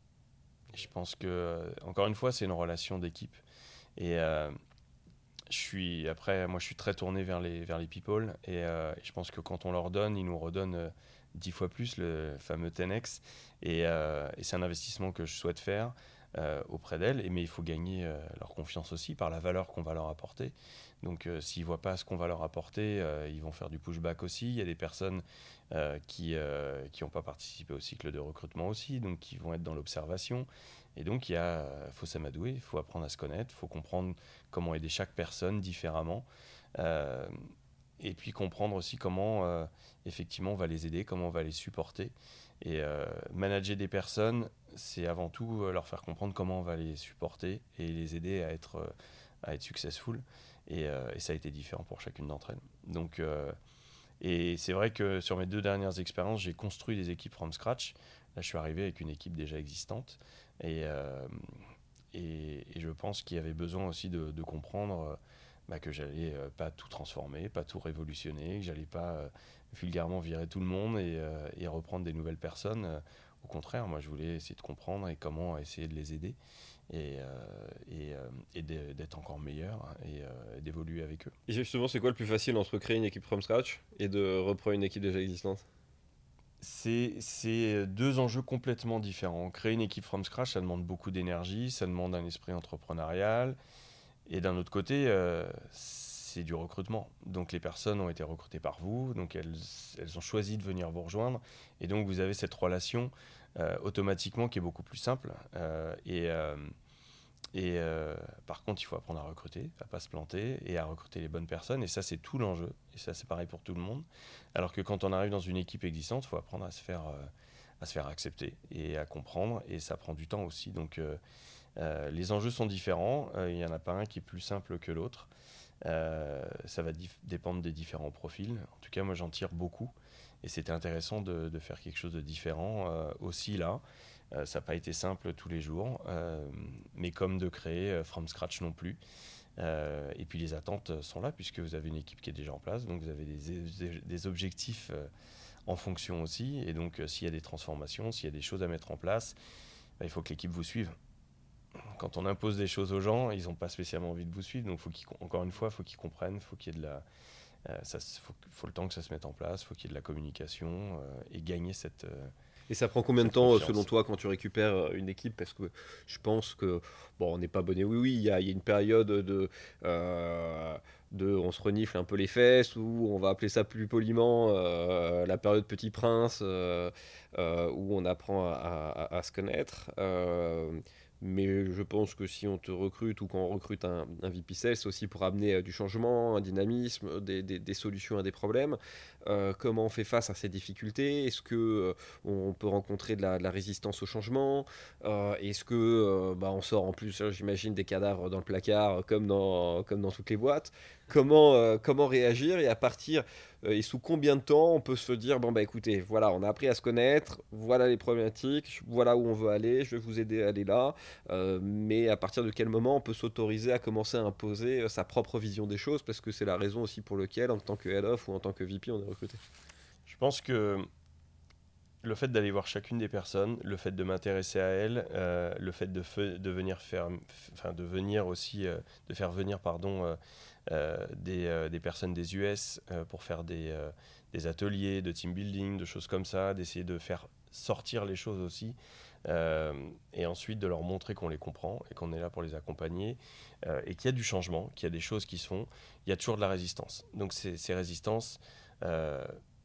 Et je pense que, euh, encore une fois, c'est une relation d'équipe. Et euh, je suis, après, moi, je suis très tourné vers les, vers les people. Et euh, je pense que quand on leur donne, ils nous redonnent euh, dix fois plus, le fameux dix X. Et, euh, et c'est un investissement que je souhaite faire euh, auprès d'elles. Et, mais il faut gagner euh, leur confiance aussi par la valeur qu'on va leur apporter. Donc, euh, s'ils ne voient pas ce qu'on va leur apporter, euh, ils vont faire du pushback aussi. Il y a des personnes euh, qui n'ont pas participé au cycle de recrutement aussi, donc qui vont être dans l'observation. Et donc, il y faut s'amadouer, il faut apprendre à se connaître, il faut comprendre comment aider chaque personne différemment. Euh, et puis comprendre aussi comment, euh, effectivement, on va les aider, comment on va les supporter. Et euh, manager des personnes, c'est avant tout euh, leur faire comprendre comment on va les supporter et les aider à être, euh, à être successful. Et, euh, et ça a été différent pour chacune d'entre elles. Donc, euh, et c'est vrai que sur mes deux dernières expériences, j'ai construit des équipes from scratch. Là, je suis arrivé avec une équipe déjà existante. Et, euh, et, et je pense qu'il y avait besoin aussi de, de comprendre euh, bah, que j'allais euh, pas tout transformer, pas tout révolutionner, que j'allais pas euh, vulgairement virer tout le monde et, euh, et reprendre des nouvelles personnes. Euh, au contraire, moi, je voulais essayer de comprendre et comment essayer de les aider et, euh, et, euh, et d'être encore meilleur et, euh, et d'évoluer avec eux. Et justement, c'est quoi le plus facile entre créer une équipe from scratch et de reprendre une équipe déjà existante? C'est deux enjeux complètement différents. Créer une équipe from scratch, ça demande beaucoup d'énergie, ça demande un esprit entrepreneurial. Et d'un autre côté, euh, c'est du recrutement. Donc les personnes ont été recrutées par vous, donc elles, elles ont choisi de venir vous rejoindre. Et donc vous avez cette relation euh, automatiquement qui est beaucoup plus simple. Euh, et euh, et euh, par contre, il faut apprendre à recruter, à pas se planter et à recruter les bonnes personnes. Et ça, c'est tout l'enjeu. Et ça, c'est pareil pour tout le monde. Alors que quand on arrive dans une équipe existante, il faut apprendre à se faire, euh, à se faire accepter et à comprendre. Et ça prend du temps aussi. Donc, euh, euh, les enjeux sont différents. Euh, il n'y en a pas un qui est plus simple que l'autre. Euh, ça va dif- dépendre des différents profils. En tout cas, moi, j'en tire beaucoup. Et c'était intéressant de, de faire quelque chose de différent euh, aussi là. Euh, ça n'a pas été simple tous les jours, euh, mais comme de créer euh, from scratch non plus. Euh, et puis les attentes sont là puisque vous avez une équipe qui est déjà en place, donc vous avez des, des, des objectifs euh, en fonction aussi. Et donc euh, s'il y a des transformations, s'il y a des choses à mettre en place, bah, il faut que l'équipe vous suive. Quand on impose des choses aux gens, ils n'ont pas spécialement envie de vous suivre. Donc faut qu'ils, encore une fois, il faut qu'ils comprennent, il faut qu'il y ait de la... Euh, ça, faut, faut le temps que ça se mette en place, il faut qu'il y ait de la communication euh, et gagner cette... Euh, Et ça prend combien de cette temps, confiance. selon toi, quand tu récupères une équipe? Parce que je pense que, bon, on n'est pas bonnet, oui, oui, il y a, il y a une période de, euh, de. On se renifle un peu les fesses, ou on va appeler ça plus poliment euh, la période Petit Prince, euh, euh, où on apprend à, à- à se connaître. Euh, mais je pense que si on te recrute ou quand on recrute un, un V P Sales, c'est aussi pour amener euh, du changement, un dynamisme, des, des- des solutions à des problèmes. Euh, comment on fait face à ces difficultés? Est-ce que euh, on peut rencontrer de la, de la résistance au changement? Euh, Est-ce que euh, bah, on sort en plus, euh, j'imagine, des cadavres dans le placard, euh, comme dans, comme dans toutes les boîtes? Comment, euh, comment réagir, et à partir euh, et sous combien de temps on peut se dire, bon bah écoutez, voilà, on a appris à se connaître, voilà les problématiques, voilà où on veut aller, je vais vous aider à aller là. Euh, mais à partir de quel moment on peut s'autoriser à commencer à imposer euh, sa propre vision des choses, parce que c'est la raison aussi pour laquelle, en tant que head of ou en tant que V P, on est recruté. Je pense que le fait d'aller voir chacune des personnes, le fait de m'intéresser à elles, euh, le fait de, fe- de venir faire, enfin de venir aussi, euh, de faire venir pardon euh, euh, des, euh, des personnes des U S euh, pour faire des, euh, des ateliers de team building, de choses comme ça, d'essayer de faire sortir les choses aussi, euh, et ensuite de leur montrer qu'on les comprend et qu'on est là pour les accompagner, euh, et qu'il y a du changement, qu'il y a des choses qui se font, il y a toujours de la résistance. Donc ces, ces résistances, euh,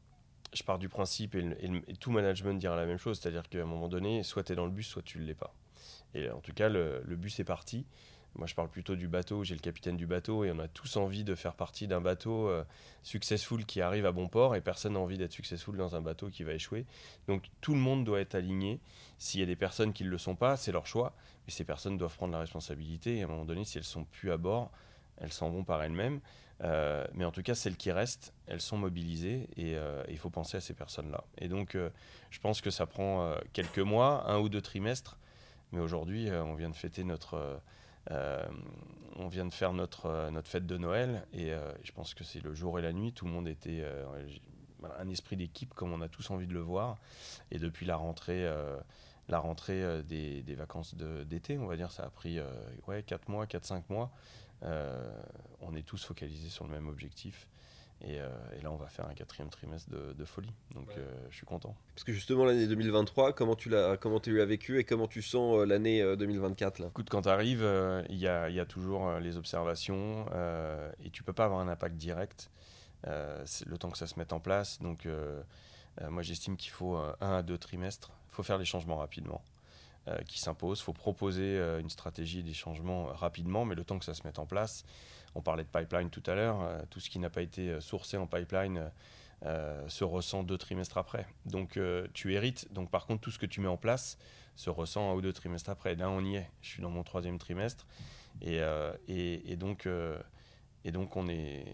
je pars du principe, et, le- et le- et tout management dira la même chose, c'est-à-dire qu'à un moment donné, soit tu es dans le bus, soit tu ne l'es pas. Et en tout cas, le, le bus est parti. Moi, je parle plutôt du bateau, j'ai le capitaine du bateau, et on a tous envie de faire partie d'un bateau euh, successful qui arrive à bon port, et personne n'a envie d'être successful dans un bateau qui va échouer. Donc tout le monde doit être aligné. S'il y a des personnes qui ne le sont pas, c'est leur choix, mais ces personnes doivent prendre la responsabilité, et à un moment donné, si elles sont plus à bord, elles s'en vont par elles-mêmes. Euh, mais en tout cas, celles qui restent, elles sont mobilisées, et euh, il faut penser à ces personnes-là. Et donc, euh, je pense que ça prend euh, quelques mois, un ou deux trimestres, mais aujourd'hui, euh, on vient de fêter notre, euh, euh, on vient de faire notre, euh, notre fête de Noël, et euh, je pense que c'est le jour et la nuit. Tout le monde était euh, voilà, un esprit d'équipe comme on a tous envie de le voir. Et depuis la rentrée, euh, la rentrée euh, des, des vacances de- d'été, on va dire, ça a pris euh, ouais, quatre mois, quatre cinq mois. Euh, on est tous focalisés sur le même objectif. Et, euh, et là, on va faire un quatrième trimestre de, de folie. Donc, Ouais. euh, je suis content. Parce que justement, l'année deux mille vingt-trois, comment tu l'as, comment tu l'as vécu, et comment tu sens euh, l'année euh, deux mille vingt-quatre là? Écoute, quand tu arrives, il y, a, y a toujours euh, les observations, euh, et tu peux pas avoir un impact direct. Euh, c'est le temps que ça se mette en place. Donc, euh, euh, moi, j'estime qu'il faut euh, un à deux trimestres. Il faut faire les changements rapidement euh, qui s'imposent. Il faut proposer euh, une stratégie des changements rapidement, mais le temps que ça se mette en place. On parlait de pipeline tout à l'heure. Euh, tout ce qui n'a pas été euh, sourcé en pipeline euh, se ressent deux trimestres après. Donc, euh, tu hérites. Donc, par contre, tout ce que tu mets en place se ressent un ou deux trimestres après. Là, on y est. Je suis dans mon troisième trimestre. Et, euh, et, et donc, euh, et donc, on est...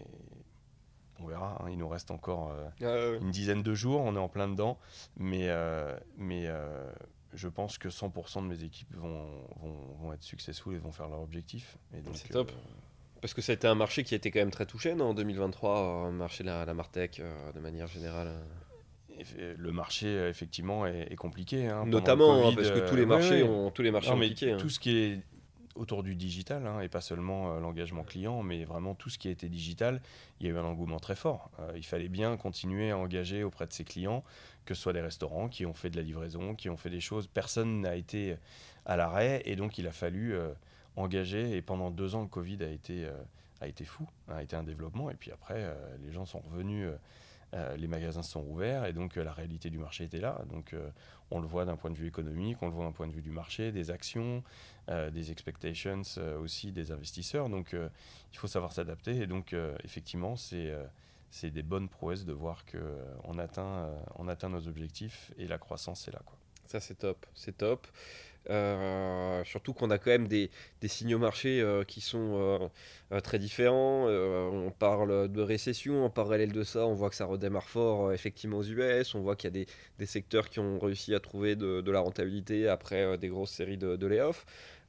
On verra, hein, il nous reste encore euh, Ah, ouais, ouais. une dizaine de jours, on est en plein dedans, mais, euh, mais euh, je pense que cent pour cent de mes équipes vont, vont, vont être successful et vont faire leur objectif. Et donc, C'est euh, top. Parce que ça a été un marché qui a été quand même très touché, non, en deux mille vingt-trois, euh, le marché de la, la Martech, euh, de manière générale. euh. eff- le marché, euh, effectivement, est, est compliqué. Hein. Pendant le Notamment, hein, Covid, parce que tous euh, les ouais, marchés ouais. ont, tous les marchés Non, ont mais piqué, hein. tout ce qui est autour du digital, hein, et pas seulement euh, l'engagement client, mais vraiment tout ce qui a été digital, il y a eu un engouement très fort. Euh, il fallait bien continuer à engager auprès de ses clients, que ce soit des restaurants qui ont fait de la livraison, qui ont fait des choses. Personne n'a été à l'arrêt, et donc il a fallu euh, engager. Et pendant deux ans, le Covid a été, euh, a été fou, a été un développement. Et puis après, euh, les gens sont revenus. euh, euh, les magasins sont ouverts, et donc euh, la réalité du marché était là. Donc euh, on le voit d'un point de vue économique, on le voit d'un point de vue du marché, des actions, euh, des expectations euh, aussi des investisseurs. Donc euh, il faut savoir s'adapter, et donc euh, effectivement c'est euh, c'est des bonnes prouesses de voir qu'on euh, atteint, euh, on atteint nos objectifs, et la croissance est là, quoi. Ça, c'est top, c'est top. Euh, surtout qu'on a quand même des, des signaux marchés euh, qui sont euh, euh, très différents. Euh, on parle de récession, en parallèle de ça, on voit que ça redémarre fort euh, effectivement aux U S. On voit qu'il y a des, des secteurs qui ont réussi à trouver de, de la rentabilité après euh, des grosses séries de, de layoffs.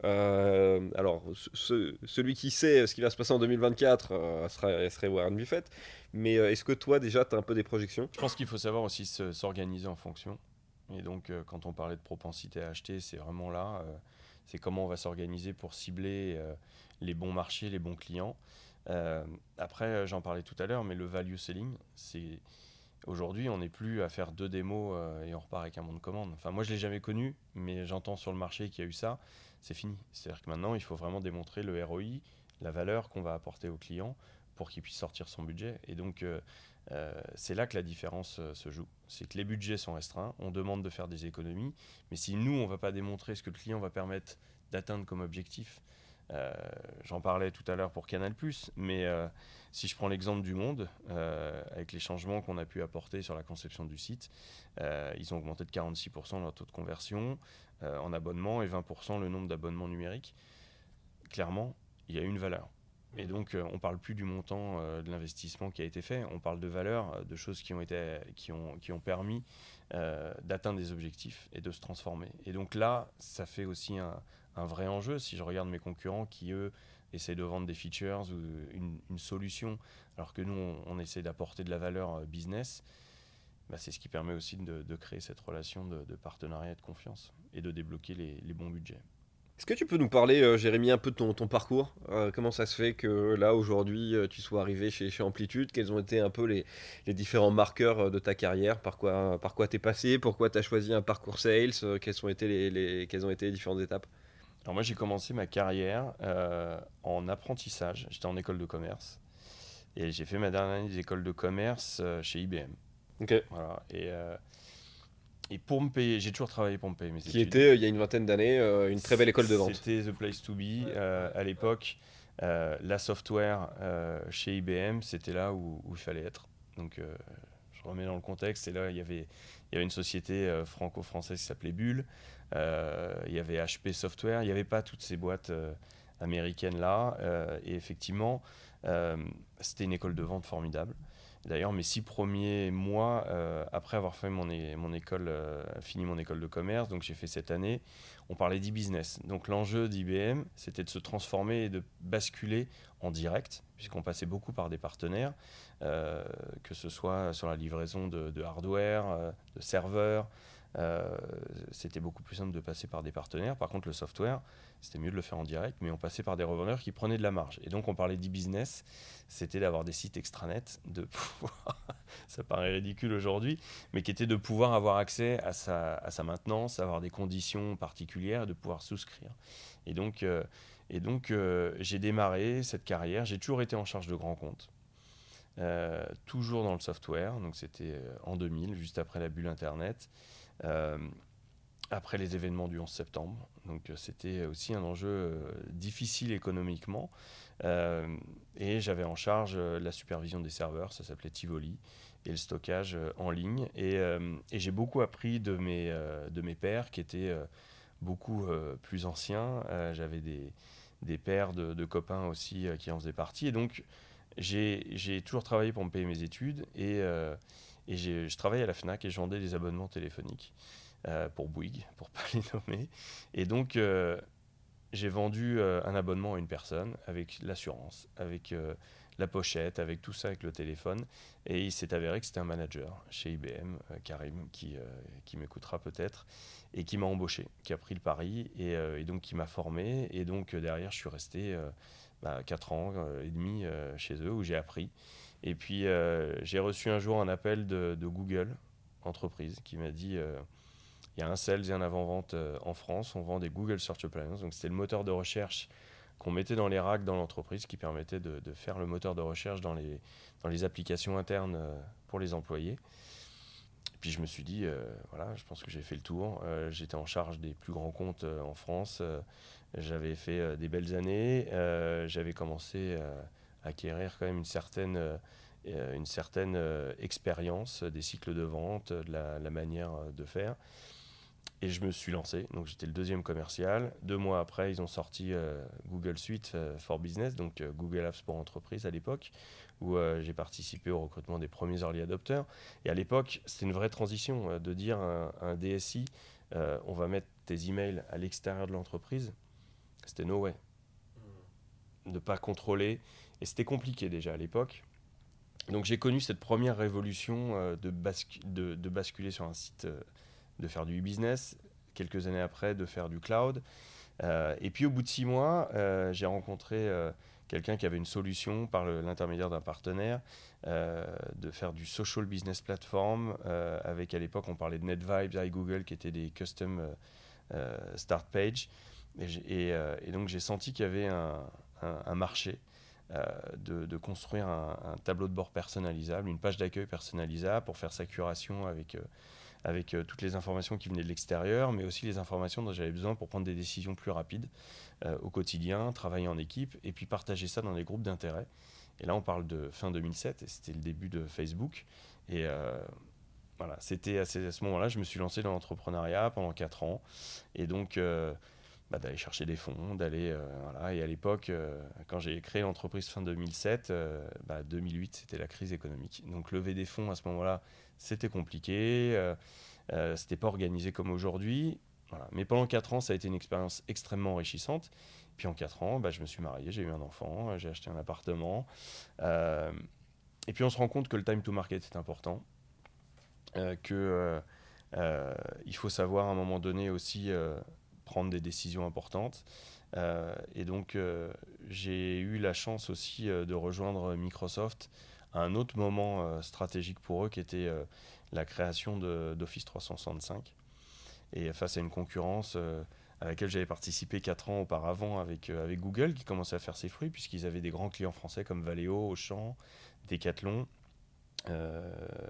Euh, alors, ce- celui qui sait ce qui va se passer en deux mille vingt-quatre euh, serait, serait Warren Buffett. Mais euh, est-ce que toi, déjà, tu as un peu des projections? Je pense qu'il faut savoir aussi se- s'organiser en fonction. Et donc, euh, quand on parlait de propensité à acheter, c'est vraiment là. euh, c'est comment on va s'organiser pour cibler euh, les bons marchés, les bons clients. Euh, après, euh, j'en parlais tout à l'heure, mais le value selling, c'est aujourd'hui, on n'est plus à faire deux démos euh, et on repart avec un bon de commande. Enfin, moi, je l'ai jamais connu, mais j'entends sur le marché qu'il y a eu ça. C'est fini. C'est-à-dire que maintenant, il faut vraiment démontrer le R O I, la valeur qu'on va apporter au client pour qu'il puisse sortir son budget. Et donc, euh, euh, c'est là que la différence euh, se joue. C'est que les budgets sont restreints, on demande de faire des économies, mais si nous, on ne va pas démontrer ce que le client va permettre d'atteindre comme objectif, euh, j'en parlais tout à l'heure pour Canal+, mais euh, si je prends l'exemple du Monde, euh, avec les changements qu'on a pu apporter sur la conception du site, euh, ils ont augmenté de quarante-six pour cent leur taux de conversion euh, en abonnement et vingt pour cent le nombre d'abonnements numériques. Clairement, il y a une valeur. Et donc, euh, on ne parle plus du montant euh, de l'investissement qui a été fait, on parle de valeur, euh, de choses qui ont, été, qui ont, qui ont permis euh, d'atteindre des objectifs et de se transformer. Et donc là, ça fait aussi un, un vrai enjeu. Si je regarde mes concurrents qui, eux, essaient de vendre des features ou une, une solution, alors que nous, on, on essaie d'apporter de la valeur euh, business, bah, c'est ce qui permet aussi de, de créer cette relation de, de partenariat et de confiance et de débloquer les, les bons budgets. Est-ce que tu peux nous parler, euh, Jérémy, un peu de ton, ton parcours? Euh, comment ça se fait que là, aujourd'hui, euh, tu sois arrivé chez, chez Amplitude? Quels ont été un peu les, les différents marqueurs euh, de ta carrière? Par quoi, par quoi t'es passé? Pourquoi t'as choisi un parcours sales? Euh, quelles ont été les, les- quelles ont été les différentes étapes? Alors moi j'ai commencé ma carrière euh, en apprentissage, j'étais en école de commerce et j'ai fait ma dernière année d'école de commerce euh, chez I B M. Ok. Voilà. Et, euh, et pour me payer, j'ai toujours travaillé pour me payer mes Qui études. était, euh, il y a une vingtaine d'années, euh, une très belle école de vente. C'était the place to be. Euh, à l'époque, euh, la software euh, chez I B M, c'était là où, où il fallait être. Donc euh, je remets dans le contexte, et là il y avait, il y avait une société euh, franco-française qui s'appelait Bull. Euh, il y avait H P Software, il n'y avait pas toutes ces boîtes euh, américaines là. Euh, et effectivement, euh, c'était une école de vente formidable. D'ailleurs, mes six premiers mois, euh, après avoir fait mon, é- mon école, euh, fini mon école de commerce, donc j'ai fait cette année, on parlait d'e-business. Donc l'enjeu d'I B M, c'était de se transformer et de basculer en direct, puisqu'on passait beaucoup par des partenaires, euh, que ce soit sur la livraison de, de hardware, euh, de serveurs. Euh, c'était beaucoup plus simple de passer par des partenaires. Par contre, le software, c'était mieux de le faire en direct, mais on passait par des revendeurs qui prenaient de la marge. Et donc, on parlait d'e-business, c'était d'avoir des sites extranet, de pouvoir, ça paraît ridicule aujourd'hui, mais qui était de pouvoir avoir accès à sa, à sa maintenance, avoir des conditions particulières, de pouvoir souscrire. Et donc, euh, et donc euh, j'ai démarré cette carrière, j'ai toujours été en charge de grands comptes. Euh, toujours dans le software, donc c'était euh, en deux mille, juste après la bulle Internet. Euh, Après les événements du onze septembre. Donc euh, c'était aussi un enjeu euh, difficile économiquement. Euh, et j'avais en charge euh, la supervision des serveurs, ça s'appelait Tivoli, et le stockage euh, en ligne. Et, euh, et j'ai beaucoup appris de mes, euh, de mes pairs qui étaient euh, beaucoup euh, plus anciens. Euh, j'avais des, des pairs de, de copains aussi euh, qui en faisaient partie. Et donc j'ai, j'ai toujours travaillé pour me payer mes études. Et, euh, et j'ai, je travaillais à la FNAC et je vendais des abonnements téléphoniques euh, pour Bouygues, pour ne pas les nommer. Et donc, euh, j'ai vendu euh, un abonnement à une personne avec l'assurance, avec euh, la pochette, avec tout ça, avec le téléphone. Et il s'est avéré que c'était un manager chez I B M, euh, Karim, qui, euh, qui m'écoutera peut-être, et qui m'a embauché, qui a pris le pari, et, euh, et donc qui m'a formé. Et donc, euh, derrière, je suis resté euh, bah, quatre ans euh, et demi euh, chez eux, où j'ai appris. Et puis, euh, j'ai reçu un jour un appel de, de Google, entreprise, qui m'a dit... euh, il y a un sales et un avant-vente euh, en France. On vend des Google Search Appliances. Donc, c'était le moteur de recherche qu'on mettait dans les racks dans l'entreprise qui permettait de, de faire le moteur de recherche dans les, dans les applications internes euh, pour les employés. Et puis, je me suis dit, euh, voilà, je pense que j'ai fait le tour. Euh, j'étais en charge des plus grands comptes euh, en France. Euh, j'avais fait euh, des belles années. Euh, j'avais commencé euh, à acquérir quand même une certaine, euh, une certaine euh, expérience des cycles de vente, de la, la manière de faire. Et je me suis lancé, donc j'étais le deuxième commercial. Deux mois après, ils ont sorti euh, Google Suite euh, for Business, donc euh, Google Apps pour entreprise à l'époque, où euh, j'ai participé au recrutement des premiers early adopters. Et à l'époque, c'était une vraie transition euh, de dire à un, à un D S I, euh, on va mettre tes emails à l'extérieur de l'entreprise. C'était no way. De ne pas contrôler. Et c'était compliqué déjà à l'époque. Donc j'ai connu cette première révolution euh, de, bascu- de, de basculer sur un site... Euh, de faire du e-business, quelques années après de faire du cloud. Euh, et puis au bout de six mois, euh, j'ai rencontré euh, quelqu'un qui avait une solution par le, l'intermédiaire d'un partenaire euh, de faire du social business platform euh, avec, à l'époque, on parlait de NetVibes, iGoogle qui étaient des custom euh, euh, start page. Et, et, euh, et donc j'ai senti qu'il y avait un, un, un marché euh, de, de construire un, un tableau de bord personnalisable, une page d'accueil personnalisable pour faire sa curation avec... Euh, avec euh, toutes les informations qui venaient de l'extérieur, mais aussi les informations dont j'avais besoin pour prendre des décisions plus rapides euh, au quotidien, travailler en équipe, et puis partager ça dans des groupes d'intérêt. Et là, on parle de fin deux mille sept, et c'était le début de Facebook. Et euh, voilà, c'était à ce, à ce moment-là, je me suis lancé dans l'entrepreneuriat pendant quatre ans. Et donc, euh, bah, d'aller chercher des fonds, d'aller... Euh, voilà. Et à l'époque, euh, quand j'ai créé l'entreprise fin deux mille sept, euh, bah, deux mille huit, c'était la crise économique. Donc, lever des fonds à ce moment-là, c'était compliqué. Euh, euh, c'était pas organisé comme aujourd'hui. Voilà. Mais pendant quatre ans, ça a été une expérience extrêmement enrichissante. Puis en quatre ans, bah, je me suis marié, j'ai eu un enfant, j'ai acheté un appartement. Euh, et puis on se rend compte que le time to market est important. Euh, que euh, euh, il faut savoir à un moment donné aussi euh, prendre des décisions importantes. Euh, et donc euh, j'ai eu la chance aussi euh, de rejoindre Microsoft à un autre moment euh, stratégique pour eux qui était euh, la création de, d'Office trois cent soixante-cinq. Et face à une concurrence euh, à laquelle j'avais participé quatre ans auparavant avec, euh, avec Google qui commençait à faire ses fruits puisqu'ils avaient des grands clients français comme Valeo, Auchan, Decathlon. Euh,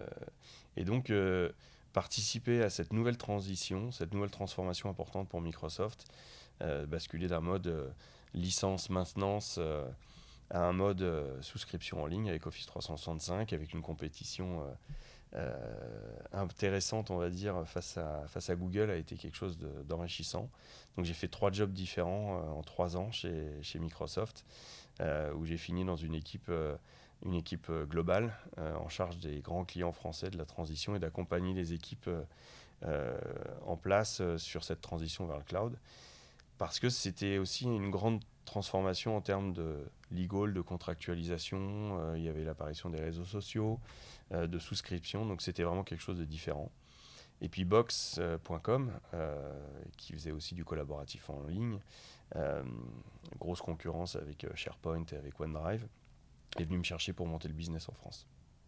et donc, euh, participer à cette nouvelle transition, cette nouvelle transformation importante pour Microsoft, euh, basculer d'un mode euh, licence maintenance euh, à un mode euh, souscription en ligne avec Office trois cent soixante-cinq, avec une compétition euh, euh, intéressante, on va dire, face à, face à Google, a été quelque chose de, d'enrichissant. Donc j'ai fait trois jobs différents euh, en trois ans chez, chez Microsoft, euh, où j'ai fini dans une équipe... Euh, une équipe globale euh, en charge des grands clients français de la transition et d'accompagner les équipes euh, en place euh, sur cette transition vers le cloud. Parce que c'était aussi une grande transformation en termes de legal, de contractualisation. Euh, il y avait l'apparition des réseaux sociaux, euh, de souscription. Donc c'était vraiment quelque chose de différent. Et puis Box point com, euh, qui faisait aussi du collaboratif en ligne. Euh, grosse concurrence avec SharePoint et avec OneDrive. Est venu me chercher pour monter le business en France.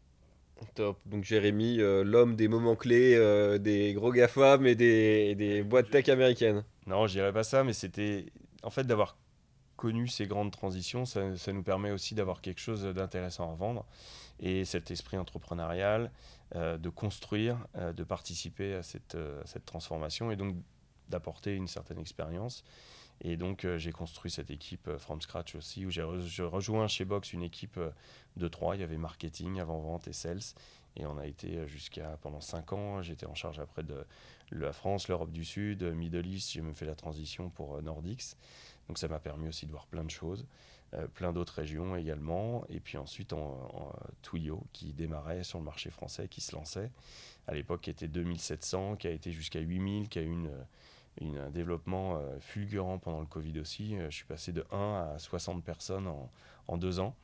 Top. Donc Jérémy, euh, l'homme des moments clés, euh, des gros GAFAM et des, et des boîtes tech américaines. Non, je dirais pas ça, mais c'était en fait d'avoir connu ces grandes transitions, ça, ça nous permet aussi d'avoir quelque chose d'intéressant à vendre et cet esprit entrepreneurial, euh, de construire, euh, de participer à cette, euh, à cette transformation et donc d'apporter une certaine expérience. Et donc, euh, j'ai construit cette équipe euh, from scratch aussi, où j'ai re- rejoint chez Box une équipe euh, de trois. Il y avait marketing, avant-vente et sales. Et on a été euh, jusqu'à pendant cinq ans. J'étais en charge après de la France, l'Europe du Sud, euh, Middle East. J'ai même fait la transition pour euh, Nordics. Donc, ça m'a permis aussi de voir plein de choses, euh, plein d'autres régions également. Et puis ensuite, en, en, Twilio, qui démarrait sur le marché français, qui se lançait. À l'époque, qui était deux mille sept cents, qui a été jusqu'à huit mille, qui a eu une. Une, un développement euh, fulgurant pendant le Covid aussi. Euh, je suis passé de un à soixante personnes en, en deux ans.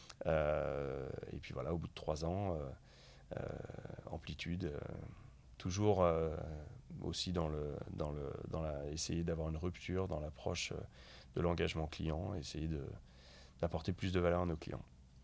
Euh, et puis voilà, au bout de trois ans, euh, euh, amplitude, euh, toujours euh, aussi dans le, dans le, dans la, essayer d'avoir une rupture dans l'approche euh, de l'engagement client, essayer de, d'apporter plus de valeur à nos clients.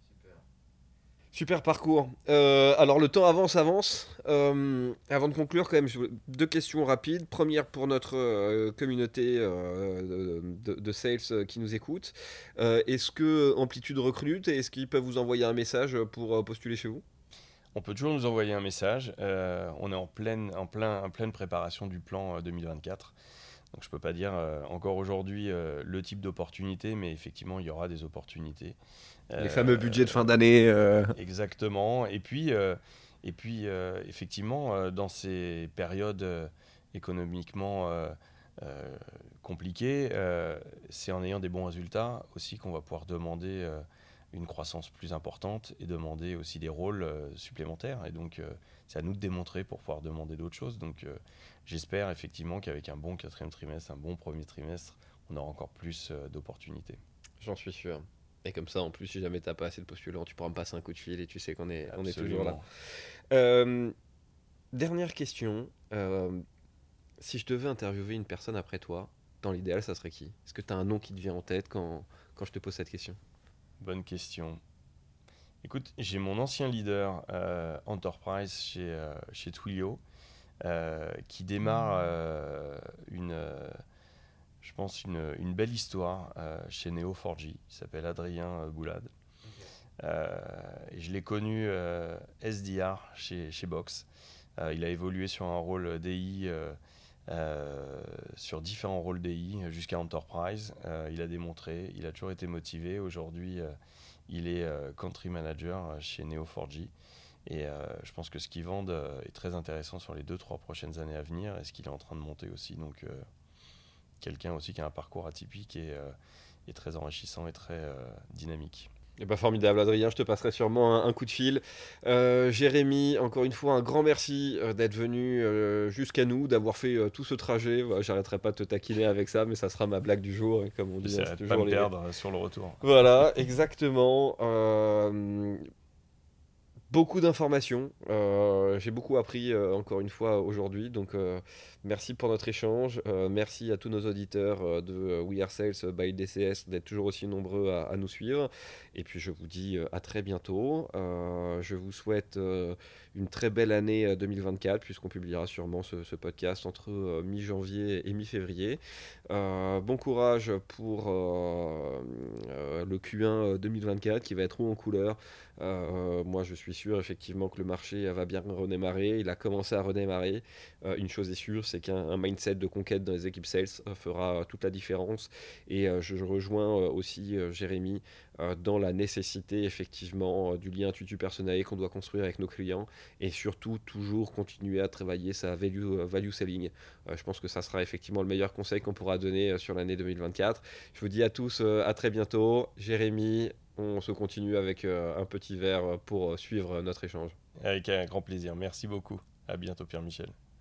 Super parcours. Euh, alors le temps avance, avance. Euh, avant de conclure, quand même, je- deux questions rapides. Première pour notre euh, communauté euh, de, de sales euh, qui nous écoute. Euh, est-ce que Amplitude recrute et est-ce qu'ils peuvent vous envoyer un message pour euh, postuler chez vous? On peut toujours nous envoyer un message. Euh, on est en pleine, en, plein, en pleine préparation du plan euh, deux mille vingt-quatre. Donc je ne peux pas dire euh, encore aujourd'hui euh, le type d'opportunité, mais effectivement, il y aura des opportunités. Les Euh, fameux budgets de fin d'année. euh, Exactement. Et puis, euh, et puis euh, effectivement, euh, dans ces périodes euh, économiquement euh, euh, compliqué, euh, c'est en ayant des bons résultats aussi qu'on va pouvoir demander euh, une croissance plus importante et demander aussi des rôles euh, supplémentaires. Et donc, euh, c'est à nous de démontrer pour pouvoir demander d'autres choses. Donc, euh, j'espère effectivement qu'avec un bon quatrième trimestre, un bon premier trimestre, on aura encore plus euh, d'opportunités. J'en suis sûr. Et comme ça, en plus, si jamais t'as pas assez de postulants, tu pourras me passer un coup de fil et tu sais qu'on est, on est toujours là. Absolument. Euh, Dernière question. Euh, si je devais interviewer une personne après toi, dans l'idéal, ça serait qui? Est-ce que tu as un nom qui te vient en tête quand, quand je te pose cette question? Bonne question. Écoute, j'ai mon ancien leader euh, Enterprise chez, euh, chez Twilio euh, qui démarre euh, une, euh, je pense une, une belle histoire euh, chez Neo quatre G. Il s'appelle Adrien euh, Boulade. Euh, et je l'ai connu euh, S D R chez, chez Box. Euh, il a évolué sur un rôle D I, euh, euh, sur différents rôles D I jusqu'à Enterprise. Euh, il a démontré, il a toujours été motivé. Aujourd'hui, euh, il est euh, country manager chez Neo quatre G. Et euh, je pense que ce qu'il vend euh, est très intéressant sur les deux trois prochaines années à venir et ce qu'il est en train de monter aussi. Donc, euh, quelqu'un aussi qui a un parcours atypique et, euh, et très enrichissant et très euh, dynamique. Eh ben, formidable, Adrien, je te passerai sûrement un, un coup de fil. Euh, Jérémy, encore une fois, un grand merci euh, d'être venu euh, jusqu'à nous, d'avoir fait euh, tout ce trajet. Voilà, j'arrêterai pas de te taquiner avec ça, mais ça sera ma blague du jour, et comme on dit, hein, J'essaierai c'est de ne pas toujours me les... perdre sur le retour. Voilà, exactement. Euh, Beaucoup d'informations. Euh, j'ai beaucoup appris euh, encore une fois aujourd'hui. Donc euh, merci pour notre échange. Euh, merci à tous nos auditeurs euh, de euh, We Are Sales by D C S d'être toujours aussi nombreux à, à nous suivre. Et puis je vous dis euh, à très bientôt. Euh, je vous souhaite euh, une très belle année euh, deux mille vingt-quatre puisqu'on publiera sûrement ce, ce podcast entre euh, mi-janvier et mi-février. Euh, bon courage pour euh, euh, le Q un deux mille vingt-quatre qui va être haut en couleur. Euh, moi, je suis sûr effectivement que le marché va bien redémarrer. Il a commencé à redémarrer. Euh, une chose est sûre, c'est qu'un un mindset de conquête dans les équipes sales euh, fera toute la différence. Et euh, je, je rejoins euh, aussi euh, Jérémy euh, dans la nécessité effectivement euh, du lien tutu personnel qu'on doit construire avec nos clients et surtout toujours continuer à travailler sa value, euh, value selling. Euh, je pense que ça sera effectivement le meilleur conseil qu'on pourra donner euh, sur l'année deux mille vingt-quatre. Je vous dis à tous euh, à très bientôt. Jérémy, on se continue avec euh, un petit verre pour euh, suivre notre échange. Avec un grand plaisir. Merci beaucoup. À bientôt, Pierre-Michel.